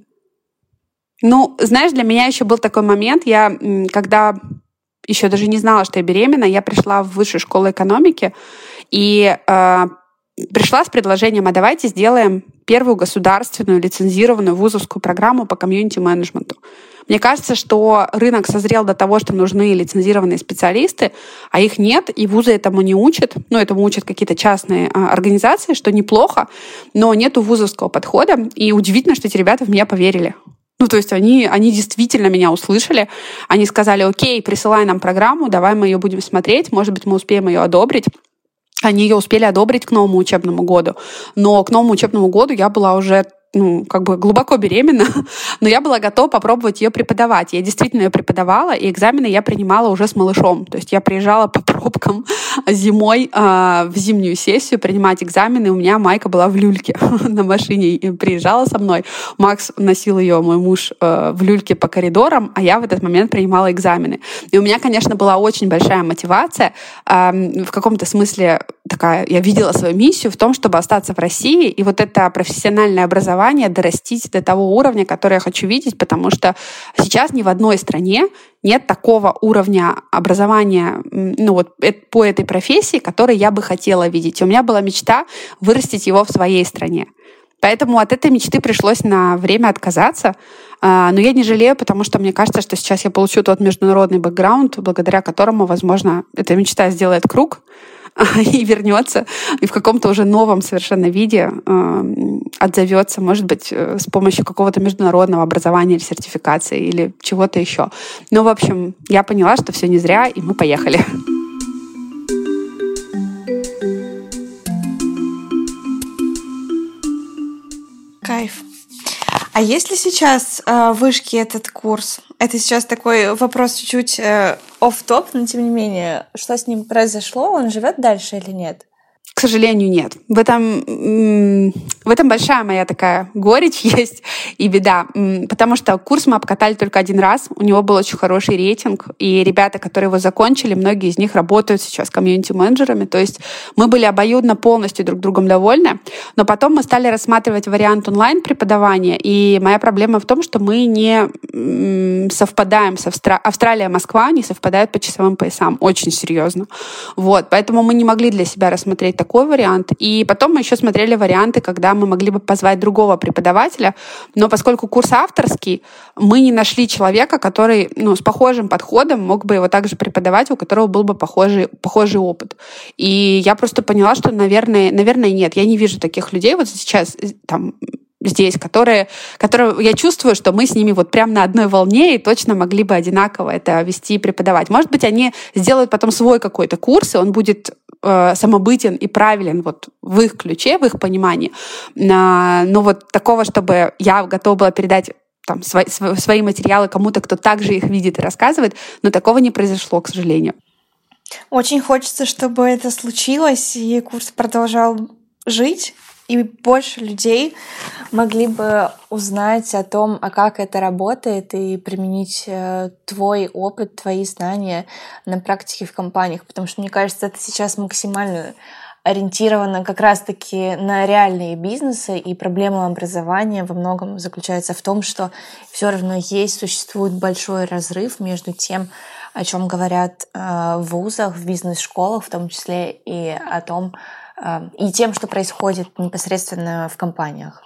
Ну, знаешь, для меня еще был такой момент, я, когда еще даже не знала, что я беременна, я пришла в высшую школу экономики и э, пришла с предложением, а давайте сделаем первую государственную лицензированную вузовскую программу по комьюнити-менеджменту. Мне кажется, что рынок созрел до того, что нужны лицензированные специалисты, а их нет, и вузы этому не учат. Ну, этому учат какие-то частные а, организации, что неплохо, но нету вузовского подхода. И удивительно, что эти ребята в меня поверили. Ну, то есть они, они действительно меня услышали. Они сказали, окей, присылай нам программу, давай мы ее будем смотреть, может быть, мы успеем ее одобрить. Они ее успели одобрить к новому учебному году. Но к новому учебному году я была уже ну, как бы глубоко беременна, но я была готова попробовать ее преподавать. Я действительно ее преподавала, и экзамены я принимала уже с малышом. То есть я приезжала по пробкам зимой э, в зимнюю сессию принимать экзамены. У меня Майка была в люльке на машине и приезжала со мной. Макс носил ее, мой муж, э, в люльке по коридорам, а я в этот момент принимала экзамены. И у меня, конечно, была очень большая мотивация. Э, в каком-то смысле такая, я видела свою миссию в том, чтобы остаться в России и вот это профессиональное образование дорастить до того уровня, который я хочу видеть, потому что сейчас ни в одной стране нет такого уровня образования, ну вот по этой профессии, который я бы хотела видеть. И у меня была мечта вырастить его в своей стране. Поэтому от этой мечты пришлось на время отказаться. Но я не жалею, потому что мне кажется, что сейчас я получу тот международный бэкграунд, благодаря которому, возможно, эта мечта сделает круг и вернется, и в каком-то уже новом совершенно виде э, отзовется, может быть, с помощью какого-то международного образования или сертификации, или чего-то еще. Ну, в общем, я поняла, что все не зря, и мы поехали. Кайф. А есть ли сейчас э, в Вышке этот курс? Это сейчас такой вопрос чуть-чуть э, офф-топ, но тем не менее, что с ним произошло? Он живет дальше или нет? К сожалению, нет. В этом, в этом большая моя такая горечь есть и беда. Потому что курс мы обкатали только один раз. У него был очень хороший рейтинг. И ребята, которые его закончили, многие из них работают сейчас комьюнити-менеджерами. То есть мы были обоюдно полностью друг другом довольны. Но потом мы стали рассматривать вариант онлайн-преподавания. И моя проблема в том, что мы не совпадаем с Австра... Австралия, Москва не совпадают по часовым поясам. Очень серьезно. Вот. Поэтому мы не могли для себя рассмотреть такой вариант. И потом мы еще смотрели варианты, когда мы могли бы позвать другого преподавателя, но поскольку курс авторский, мы не нашли человека, который, ну, с похожим подходом мог бы его также преподавать, у которого был бы похожий, похожий опыт. И я просто поняла, что, наверное, наверное, нет. Я не вижу таких людей вот сейчас там здесь, которые, которые я чувствую, что мы с ними вот прям на одной волне и точно могли бы одинаково это вести и преподавать. Может быть, они сделают потом свой какой-то курс, и он будет э, самобытен и правилен вот в их ключе, в их понимании. А, но вот такого, чтобы я готова была передать там, свои, свои материалы кому-то, кто также их видит и рассказывает, но такого не произошло, к сожалению. Очень хочется, чтобы это случилось, и курс продолжал жить, и больше людей могли бы узнать о том, а как это работает, и применить э, твой опыт, твои знания на практике в компаниях. Потому что, мне кажется, это сейчас максимально ориентировано как раз-таки на реальные бизнесы, и проблема образования во многом заключается в том, что все равно есть, существует большой разрыв между тем, о чем говорят э, в вузах, в бизнес-школах в том числе, и о том, и тем, что происходит непосредственно в компаниях.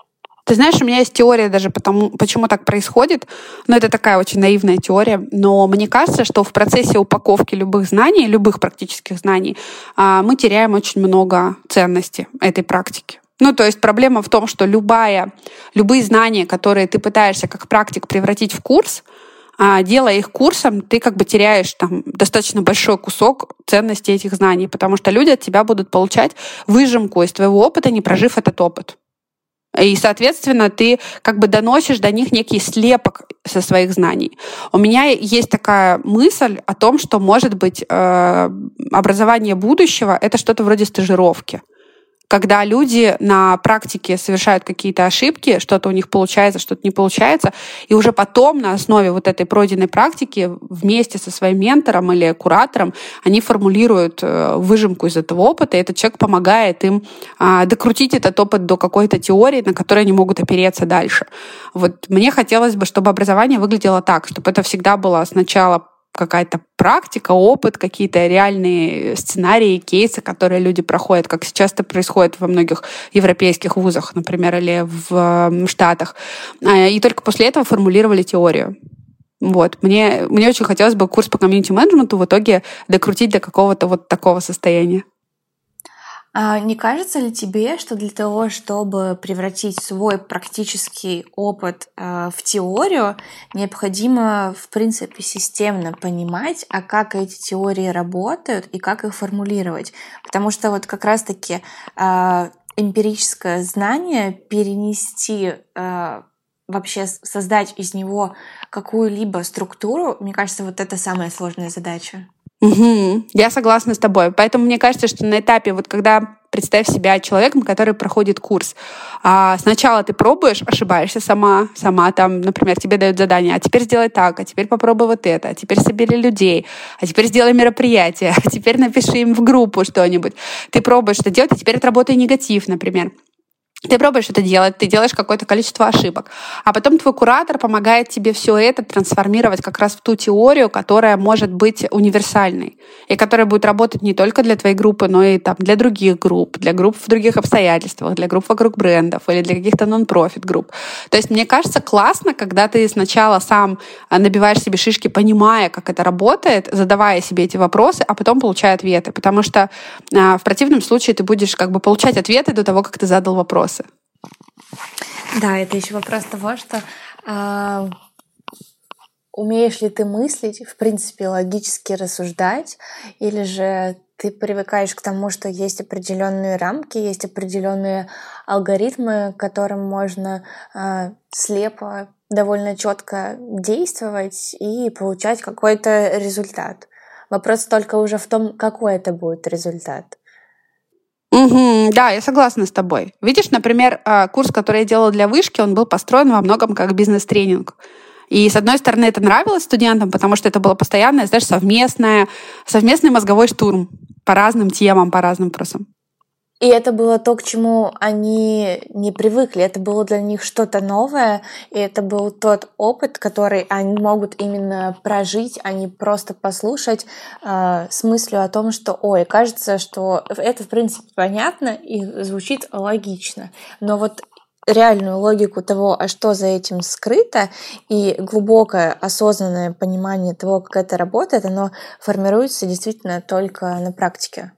Ты знаешь, у меня есть теория даже потому, почему так происходит. Но это такая очень наивная теория. Но мне кажется, что в процессе упаковки любых знаний, любых практических знаний, мы теряем очень много ценности этой практики. Ну, то есть проблема в том, что любая, любые знания, которые ты пытаешься как практик превратить в курс, делая их курсом, ты как бы теряешь там достаточно большой кусок ценности этих знаний, потому что люди от тебя будут получать выжимку из твоего опыта, не прожив этот опыт. И, соответственно, ты как бы доносишь до них некий слепок со своих знаний. У меня есть такая мысль о том, что, может быть, образование будущего — это что-то вроде стажировки. Когда люди на практике совершают какие-то ошибки, что-то у них получается, что-то не получается, и уже потом на основе вот этой пройденной практики вместе со своим ментором или куратором они формулируют выжимку из этого опыта, и этот человек помогает им докрутить этот опыт до какой-то теории, на которой они могут опереться дальше. Вот мне хотелось бы, чтобы образование выглядело так, чтобы это всегда было сначала какая-то практика, опыт, какие-то реальные сценарии, кейсы, которые люди проходят, как сейчас это происходит во многих европейских вузах, например, или в Штатах. И только после этого формулировали теорию. Вот. Мне, мне очень хотелось бы курс по комьюнити-менеджменту в итоге докрутить до какого-то вот такого состояния. А не кажется ли тебе, что для того, чтобы превратить свой практический опыт э, в теорию, необходимо, в принципе, системно понимать, а как эти теории работают и как их формулировать? Потому что вот как раз-таки э, эмпирическое знание перенести, э, вообще создать из него какую-либо структуру, мне кажется, вот это самая сложная задача. Угу. Я согласна с тобой. Поэтому мне кажется, что на этапе, вот когда представь себя человеком, который проходит курс, а сначала ты пробуешь, ошибаешься сама, сама там, например, тебе дают задание, а теперь сделай так, а теперь попробуй вот это, а теперь собери людей, а теперь сделай мероприятие, а теперь напиши им в группу что-нибудь. Ты пробуешь это делать, а теперь отработай негатив, например. Ты пробуешь это делать, ты делаешь какое-то количество ошибок, а потом твой куратор помогает тебе все это трансформировать как раз в ту теорию, которая может быть универсальной и которая будет работать не только для твоей группы, но и там, для других групп, для групп в других обстоятельствах, для групп вокруг брендов или для каких-то нон-профит групп. То есть мне кажется классно, когда ты сначала сам набиваешь себе шишки, понимая, как это работает, задавая себе эти вопросы, а потом получая ответы, потому что а, в противном случае ты будешь как бы получать ответы до того, как ты задал вопрос. Да, это еще вопрос того, что э, умеешь ли ты мыслить, в принципе, логически рассуждать, или же ты привыкаешь к тому, что есть определенные рамки, есть определенные алгоритмы, которым можно э, слепо, довольно четко действовать и получать какой-то результат. Вопрос только уже в том, какой это будет результат. Угу, да, я согласна с тобой. Видишь, например, курс, который я делала для вышки, он был построен во многом как бизнес-тренинг. И, с одной стороны, это нравилось студентам, потому что это было постоянное, знаешь, совместное, совместный мозговой штурм по разным темам, по разным вопросам. И это было то, к чему они не привыкли. Это было для них что-то новое, и это был тот опыт, который они могут именно прожить, а не просто послушать э, с мыслью о том, что, ой, кажется, что это, в принципе, понятно и звучит логично. Но вот реальную логику того, а что за этим скрыто, и глубокое осознанное понимание того, как это работает, оно формируется действительно только на практике.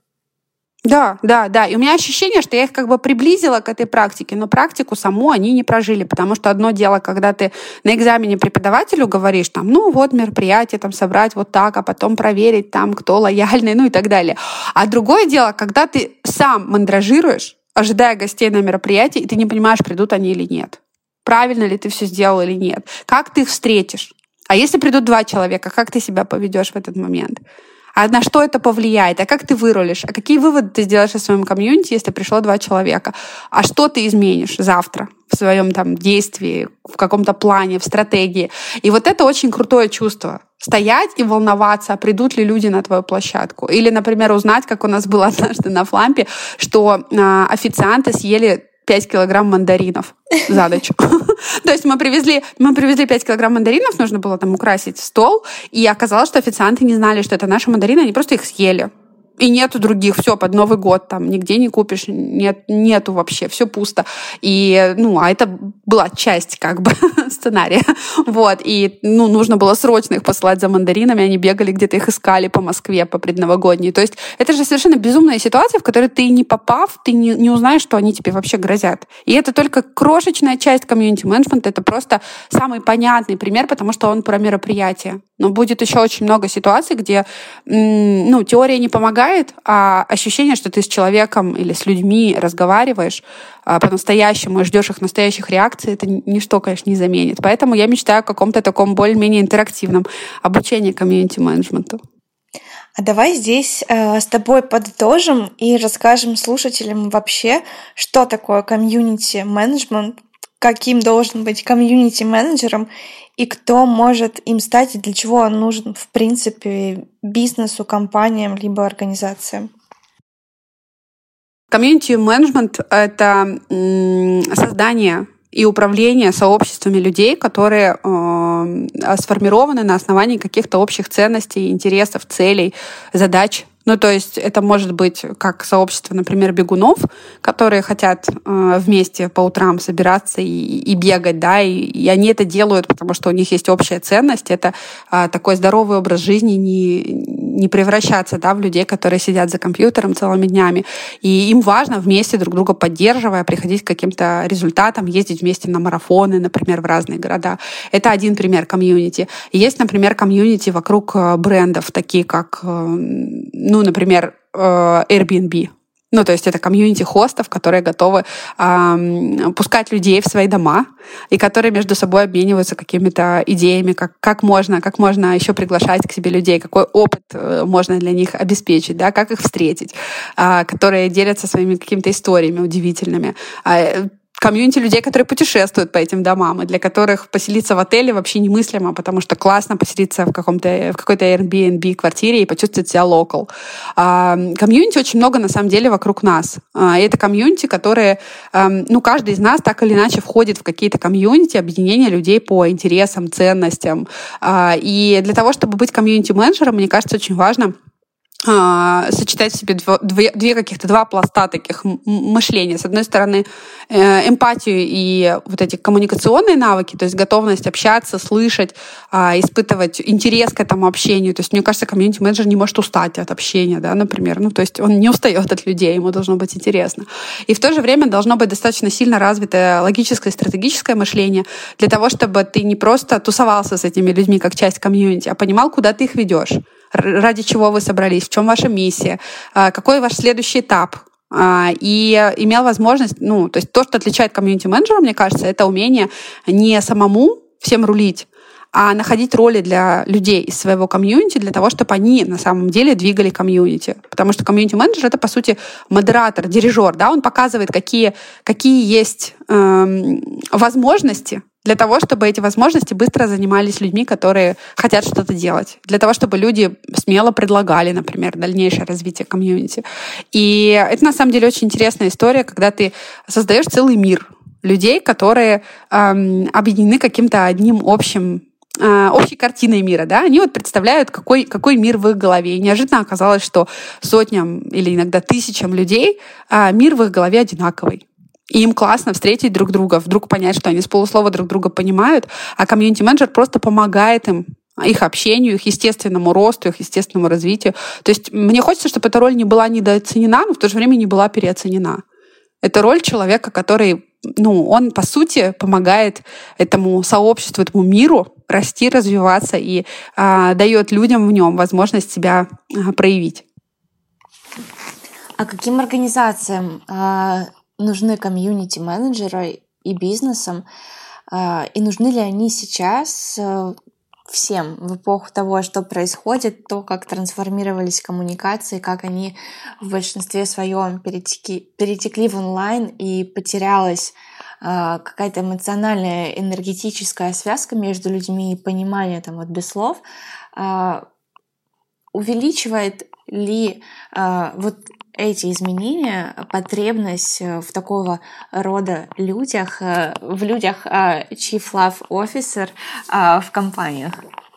Да, да, да. И у меня ощущение, что я их как бы приблизила к этой практике, но практику саму они не прожили, потому что одно дело, когда ты на экзамене преподавателю говоришь, там, ну вот мероприятие там собрать вот так, а потом проверить там, кто лояльный, ну и так далее. А другое дело, когда ты сам мандражируешь, ожидая гостей на мероприятии, и ты не понимаешь, придут они или нет. Правильно ли ты все сделал или нет. Как ты их встретишь? А если придут два человека, как ты себя поведешь в этот момент? А на что это повлияет? А как ты вырулишь? А какие выводы ты сделаешь о своем комьюнити, если пришло два человека? А что ты изменишь завтра в своем там действии, в каком-то плане, в стратегии? И вот это очень крутое чувство. Стоять и волноваться, придут ли люди на твою площадку. Или, например, узнать, как у нас было однажды на Флампе, что э, официанты съели пять килограмм мандаринов за ночь. То есть мы привезли, мы привезли пять килограмм мандаринов, нужно было там украсить стол, и оказалось, что официанты не знали, что это наши мандарины, они просто их съели. И нету других, все, под Новый год там нигде не купишь, нет, нету вообще, все пусто. И, ну, а это была часть, как бы, сценария. Вот, и, ну, нужно было срочно их посылать за мандаринами, они бегали где-то, их искали по Москве, по предновогодней. То есть это же совершенно безумная ситуация, в которой ты, не попав, ты не, не узнаешь, что они тебе вообще грозят. И это только крошечная часть комьюнити-менеджмента, это просто самый понятный пример, потому что он про мероприятие. Но будет еще очень много ситуаций, где, ну, теория не помогает, а ощущение, что ты с человеком или с людьми разговариваешь по-настоящему и ждешь их настоящих реакций, это ничто, конечно, не заменит. Поэтому я мечтаю о каком-то таком более-менее интерактивном обучении комьюнити-менеджменту. А давай здесь э, с тобой подытожим и расскажем слушателям вообще, что такое комьюнити-менеджмент, каким должен быть комьюнити-менеджером и кто может им стать, и для чего он нужен, в принципе, бизнесу, компаниям, либо организациям. Комьюнити-менеджмент — это создание и управление сообществами людей, которые э, сформированы на основании каких-то общих ценностей, интересов, целей, задач. Ну, то есть это может быть как сообщество, например, бегунов, которые хотят э, вместе по утрам собираться и, и бегать, да, и, и они это делают, потому что у них есть общая ценность. Это э, такой здоровый образ жизни, не, не превращаться, да, в людей, которые сидят за компьютером целыми днями. И им важно вместе друг друга поддерживая, приходить к каким-то результатам, ездить вместе на марафоны, например, в разные города. Это один пример комьюнити. Есть, например, комьюнити вокруг брендов, такие как, ну, например, Airbnb. Ну, то есть это комьюнити хостов, которые готовы э, пускать людей в свои дома и которые между собой обмениваются какими-то идеями, как, как можно, как можно еще приглашать к себе людей, какой опыт можно для них обеспечить, да, как их встретить, э, которые делятся своими какими-то историями удивительными. Э, комьюнити людей, которые путешествуют по этим домам, и для которых поселиться в отеле вообще немыслимо, потому что классно поселиться в, каком-то, в какой-то Airbnb квартире и почувствовать себя локал. Комьюнити очень много, на самом деле, вокруг нас. И это комьюнити, которые... Ну, каждый из нас так или иначе входит в какие-то комьюнити, объединения людей по интересам, ценностям. И для того, чтобы быть комьюнити-менеджером, мне кажется, очень важно сочетать в себе две, две каких-то два пласта таких мышления. С одной стороны, эмпатию и вот эти коммуникационные навыки, то есть готовность общаться, слышать, испытывать интерес к этому общению. То есть, мне кажется, комьюнити-менеджер не может устать от общения, да, например. Ну, то есть он не устает от людей, ему должно быть интересно. И в то же время должно быть достаточно сильно развитое логическое и стратегическое мышление для того, чтобы ты не просто тусовался с этими людьми как часть комьюнити, а понимал, куда ты их ведешь, ради чего вы собрались, в чем ваша миссия, какой ваш следующий этап. И имел возможность, ну, то есть то, что отличает комьюнити-менеджера, мне кажется, это умение не самому всем рулить, а находить роли для людей из своего комьюнити для того, чтобы они на самом деле двигали комьюнити. Потому что комьюнити-менеджер — это, по сути, модератор, дирижер, да, он показывает, какие, какие есть эм, возможности для того, чтобы эти возможности быстро занимались людьми, которые хотят что-то делать. Для того, чтобы люди смело предлагали, например, дальнейшее развитие комьюнити. И это, на самом деле, очень интересная история, когда ты создаешь целый мир людей, которые эм, объединены каким-то одним общим общей картиной мира, да, они вот представляют, какой, какой мир в их голове. И неожиданно оказалось, что сотням или иногда тысячам людей а, мир в их голове одинаковый. И им классно встретить друг друга, вдруг понять, что они с полуслова друг друга понимают, а комьюнити-менеджер просто помогает им, их общению, их естественному росту, их естественному развитию. То есть мне хочется, чтобы эта роль не была недооценена, но в то же время не была переоценена. Это роль человека, который, ну, он, по сути, помогает этому сообществу, этому миру расти, развиваться и а, дает людям в нем возможность себя а, проявить. А каким организациям а, нужны комьюнити-менеджеры и бизнесам? А, и нужны ли они сейчас а, всем в эпоху того, что происходит, то, как трансформировались коммуникации, как они в большинстве своем перетекли, перетекли в онлайн и потерялась э, какая-то эмоциональная, энергетическая связка между людьми и понимание там вот без слов, э, увеличивает ли э, вот эти изменения потребность в такого рода людях, в людях Chief Love Officer в компаниях?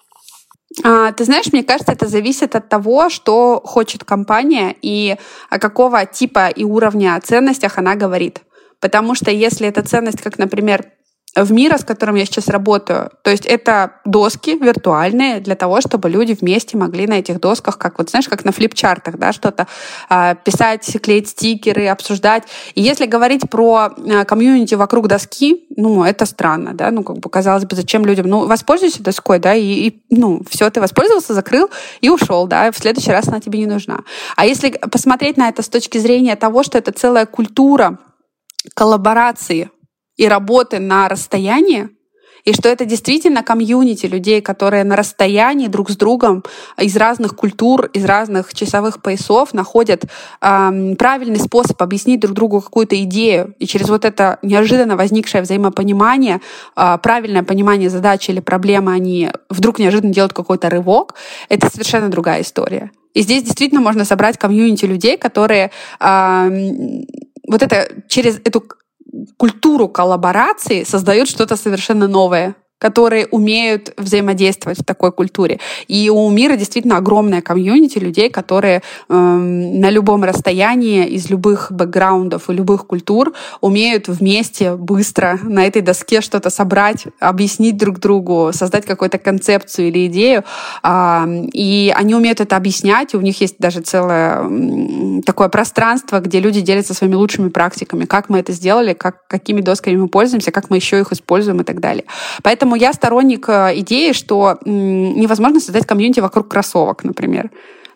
А, ты знаешь, мне кажется, это зависит от того, что хочет компания и о какого типа и уровня ценностях она говорит. Потому что если эта ценность, как, например, в Мира, с которым я сейчас работаю, то есть это доски виртуальные для того, чтобы люди вместе могли на этих досках, как вот знаешь, как на флипчартах, да, что-то э, писать, клеить стикеры, обсуждать. И если говорить про э, комьюнити вокруг доски, ну, это странно, да, ну, как бы, казалось бы, зачем людям, ну, воспользуйся доской, да, и, и ну, все, ты воспользовался, закрыл и ушел, да, в следующий раз она тебе не нужна. А если посмотреть на это с точки зрения того, что это целая культура коллаборации и работы на расстоянии, и что это действительно комьюнити людей, которые на расстоянии друг с другом из разных культур, из разных часовых поясов находят э, правильный способ объяснить друг другу какую-то идею, и через вот это неожиданно возникшее взаимопонимание, э, правильное понимание задачи или проблемы, они вдруг неожиданно делают какой-то рывок, это совершенно другая история. И здесь действительно можно собрать комьюнити людей, которые э, вот это через эту культуру коллаборации создают что-то совершенно новое, которые умеют взаимодействовать в такой культуре. И у Мира действительно огромная комьюнити людей, которые э, на любом расстоянии, из любых бэкграундов и любых культур умеют вместе быстро на этой доске что-то собрать, объяснить друг другу, создать какую-то концепцию или идею. Э, и они умеют это объяснять, и у них есть даже целое э, такое пространство, где люди делятся своими лучшими практиками, как мы это сделали, как, какими досками мы пользуемся, как мы еще их используем и так далее. Поэтому я сторонник идеи, что невозможно создать комьюнити вокруг кроссовок, например.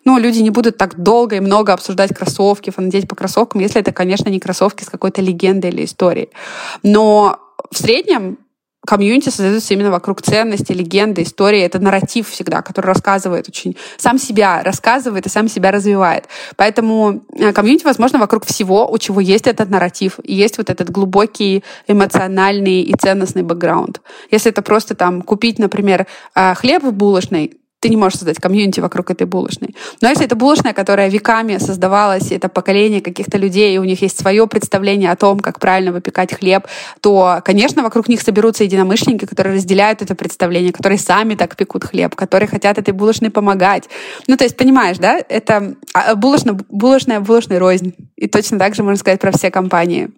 Ну, люди не будут так долго и много обсуждать кроссовки, фанатеть по кроссовкам, если это, конечно, не кроссовки с какой-то легендой или историей. Но в среднем комьюнити создается именно вокруг ценностей, легенды, истории. Это нарратив всегда, который рассказывает очень... Сам себя рассказывает и сам себя развивает. Поэтому комьюнити, возможно, вокруг всего, у чего есть этот нарратив. И есть вот этот глубокий эмоциональный и ценностный бэкграунд. Если это просто там купить, например, хлеб в булочной, ты не можешь создать комьюнити вокруг этой булочной. Но если это булочная, которая веками создавалась, это поколение каких-то людей, и у них есть свое представление о том, как правильно выпекать хлеб, то, конечно, вокруг них соберутся единомышленники, которые разделяют это представление, которые сами так пекут хлеб, которые хотят этой булочной помогать. Ну, то есть, понимаешь, да? Это булочная, булочная, булочная рознь. И точно так же можно сказать про все компании.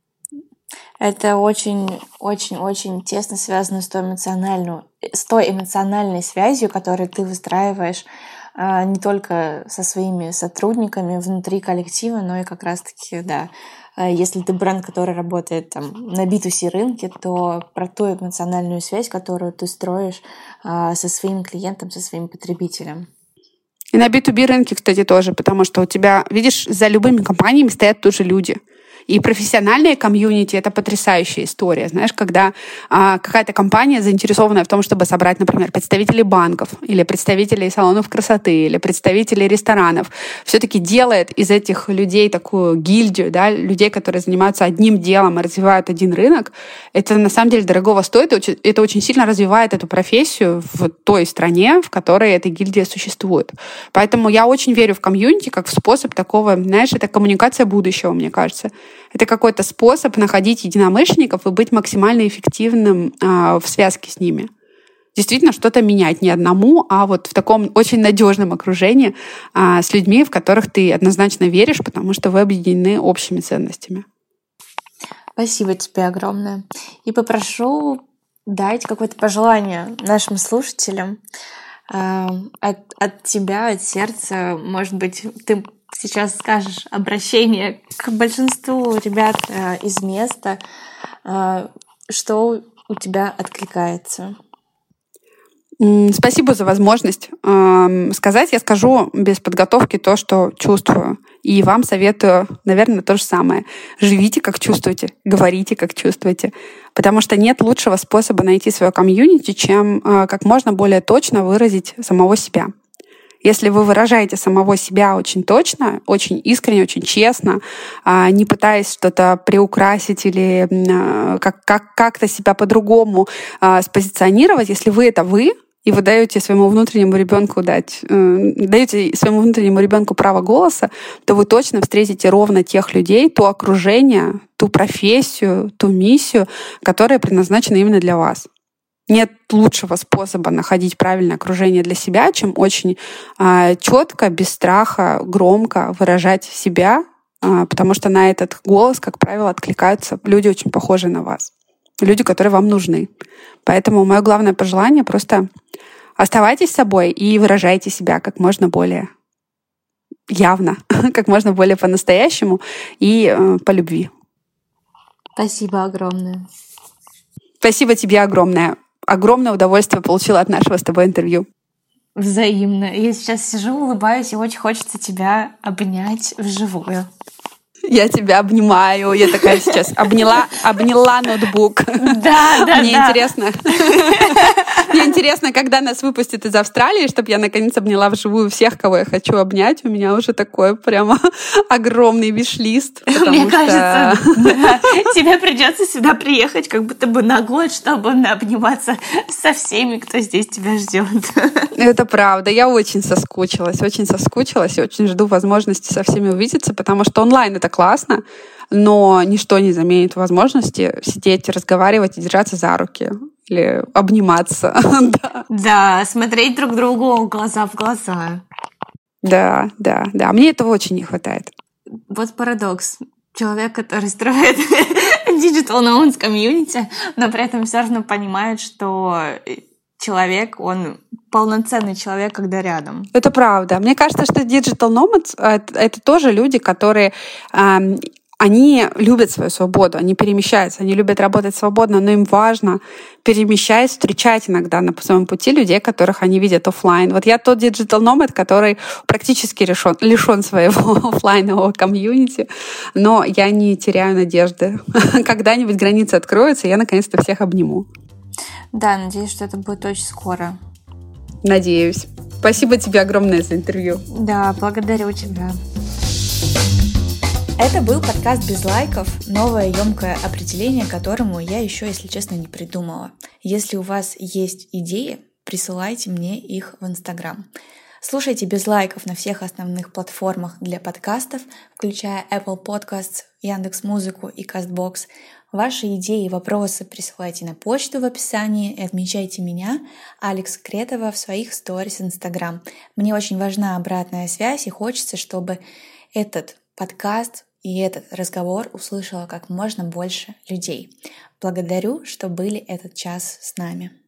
Это очень-очень-очень тесно связано с той эмоциональной, с той эмоциональной связью, которую ты выстраиваешь а, не только со своими сотрудниками внутри коллектива, но и как раз-таки, да, если ты бренд, который работает там, на би ту си рынке, то про ту эмоциональную связь, которую ты строишь а, со своим клиентом, со своим потребителем. И на би ту би рынке, кстати, тоже, потому что у тебя, видишь, за любыми компаниями стоят тоже люди. И профессиональные комьюнити — это потрясающая история. Знаешь, когда а, какая-то компания заинтересованная в том, чтобы собрать, например, представителей банков или представителей салонов красоты или представителей ресторанов, все-таки делает из этих людей такую гильдию, да, людей, которые занимаются одним делом и развивают один рынок, это на самом деле дорогого стоит, и это очень сильно развивает эту профессию в той стране, в которой эта гильдия существует. Поэтому я очень верю в комьюнити как в способ такого, знаешь, это коммуникация будущего, мне кажется. Это какой-то способ находить единомышленников и быть максимально эффективным а, в связке с ними. Действительно, что-то менять не одному, а вот в таком очень надежном окружении а, с людьми, в которых ты однозначно веришь, потому что вы объединены общими ценностями. Спасибо тебе огромное. И попрошу дать какое-то пожелание нашим слушателям э, от, от тебя, от сердца. Может быть, ты сейчас скажешь обращение к большинству ребят э, из места, э, что у тебя откликается. Спасибо за возможность э, сказать. Я скажу без подготовки то, что чувствую. И вам советую, наверное, то же самое. Живите, как чувствуете, говорите, как чувствуете. Потому что нет лучшего способа найти свое комьюнити, чем э, как можно более точно выразить самого себя. Если вы выражаете самого себя очень точно, очень искренне, очень честно, не пытаясь что-то приукрасить или как, как, как-то себя по-другому спозиционировать, если вы — это вы, и вы даете своему внутреннему ребенку дать, даете своему внутреннему ребенку право голоса, то вы точно встретите ровно тех людей, то окружение, ту профессию, ту миссию, которая предназначена именно для вас. Нет лучшего способа находить правильное окружение для себя, чем очень э, четко, без страха, громко выражать себя, э, потому что на этот голос, как правило, откликаются люди, очень похожие на вас, люди, которые вам нужны. Поэтому мое главное пожелание — просто оставайтесь собой и выражайте себя как можно более явно, как можно более по-настоящему и э, по любви. Спасибо огромное. Спасибо тебе огромное. Огромное удовольствие получила от нашего с тобой интервью. Взаимно. Я сейчас сижу, улыбаюсь, и очень хочется тебя обнять вживую. Я тебя обнимаю. Я такая сейчас обняла, обняла ноутбук. Да, да, Мне да. интересно. Мне интересно, когда нас выпустят из Австралии, чтобы я наконец обняла вживую всех, кого я хочу обнять. У меня уже такой прямо огромный виш-лист. Мне что... кажется, да, тебе придется сюда приехать как будто бы на год, чтобы обниматься со всеми, кто здесь тебя ждет. Это правда. Я очень соскучилась, очень соскучилась и очень жду возможности со всеми увидеться, потому что онлайн — это классно, но ничто не заменит возможности сидеть, разговаривать и держаться за руки или обниматься. Да. Да, смотреть друг другу глаза в глаза. Да, да, да. Мне этого очень не хватает. Вот парадокс. Человек, который строит digital nomads комьюнити, но при этом все равно понимает, что человек, он полноценный человек, когда рядом. Это правда. Мне кажется, что digital nomads — это, это тоже люди, которые... Э, они любят свою свободу, они перемещаются, они любят работать свободно, но им важно перемещать, встречать иногда на своем пути людей, которых они видят офлайн. Вот я тот диджитал номад, который практически лишен, лишен своего офлайнового комьюнити, но я не теряю надежды. Когда-нибудь границы откроются, и я наконец-то всех обниму. Да, надеюсь, что это будет очень скоро. Надеюсь. Спасибо тебе огромное за интервью. Да, благодарю тебя. Это был подкаст «Без лайков», новое емкое определение, которому я еще, если честно, не придумала. Если у вас есть идеи, присылайте мне их в Инстаграм. Слушайте «Без лайков» на всех основных платформах для подкастов, включая Apple Podcasts, Яндекс.Музыку и Castbox. Ваши идеи и вопросы присылайте на почту в описании и отмечайте меня, Алекс Кретова, в своих сторис Инстаграм. Мне очень важна обратная связь, и хочется, чтобы этот подкаст и этот разговор услышало как можно больше людей. Благодарю, что были этот час с нами.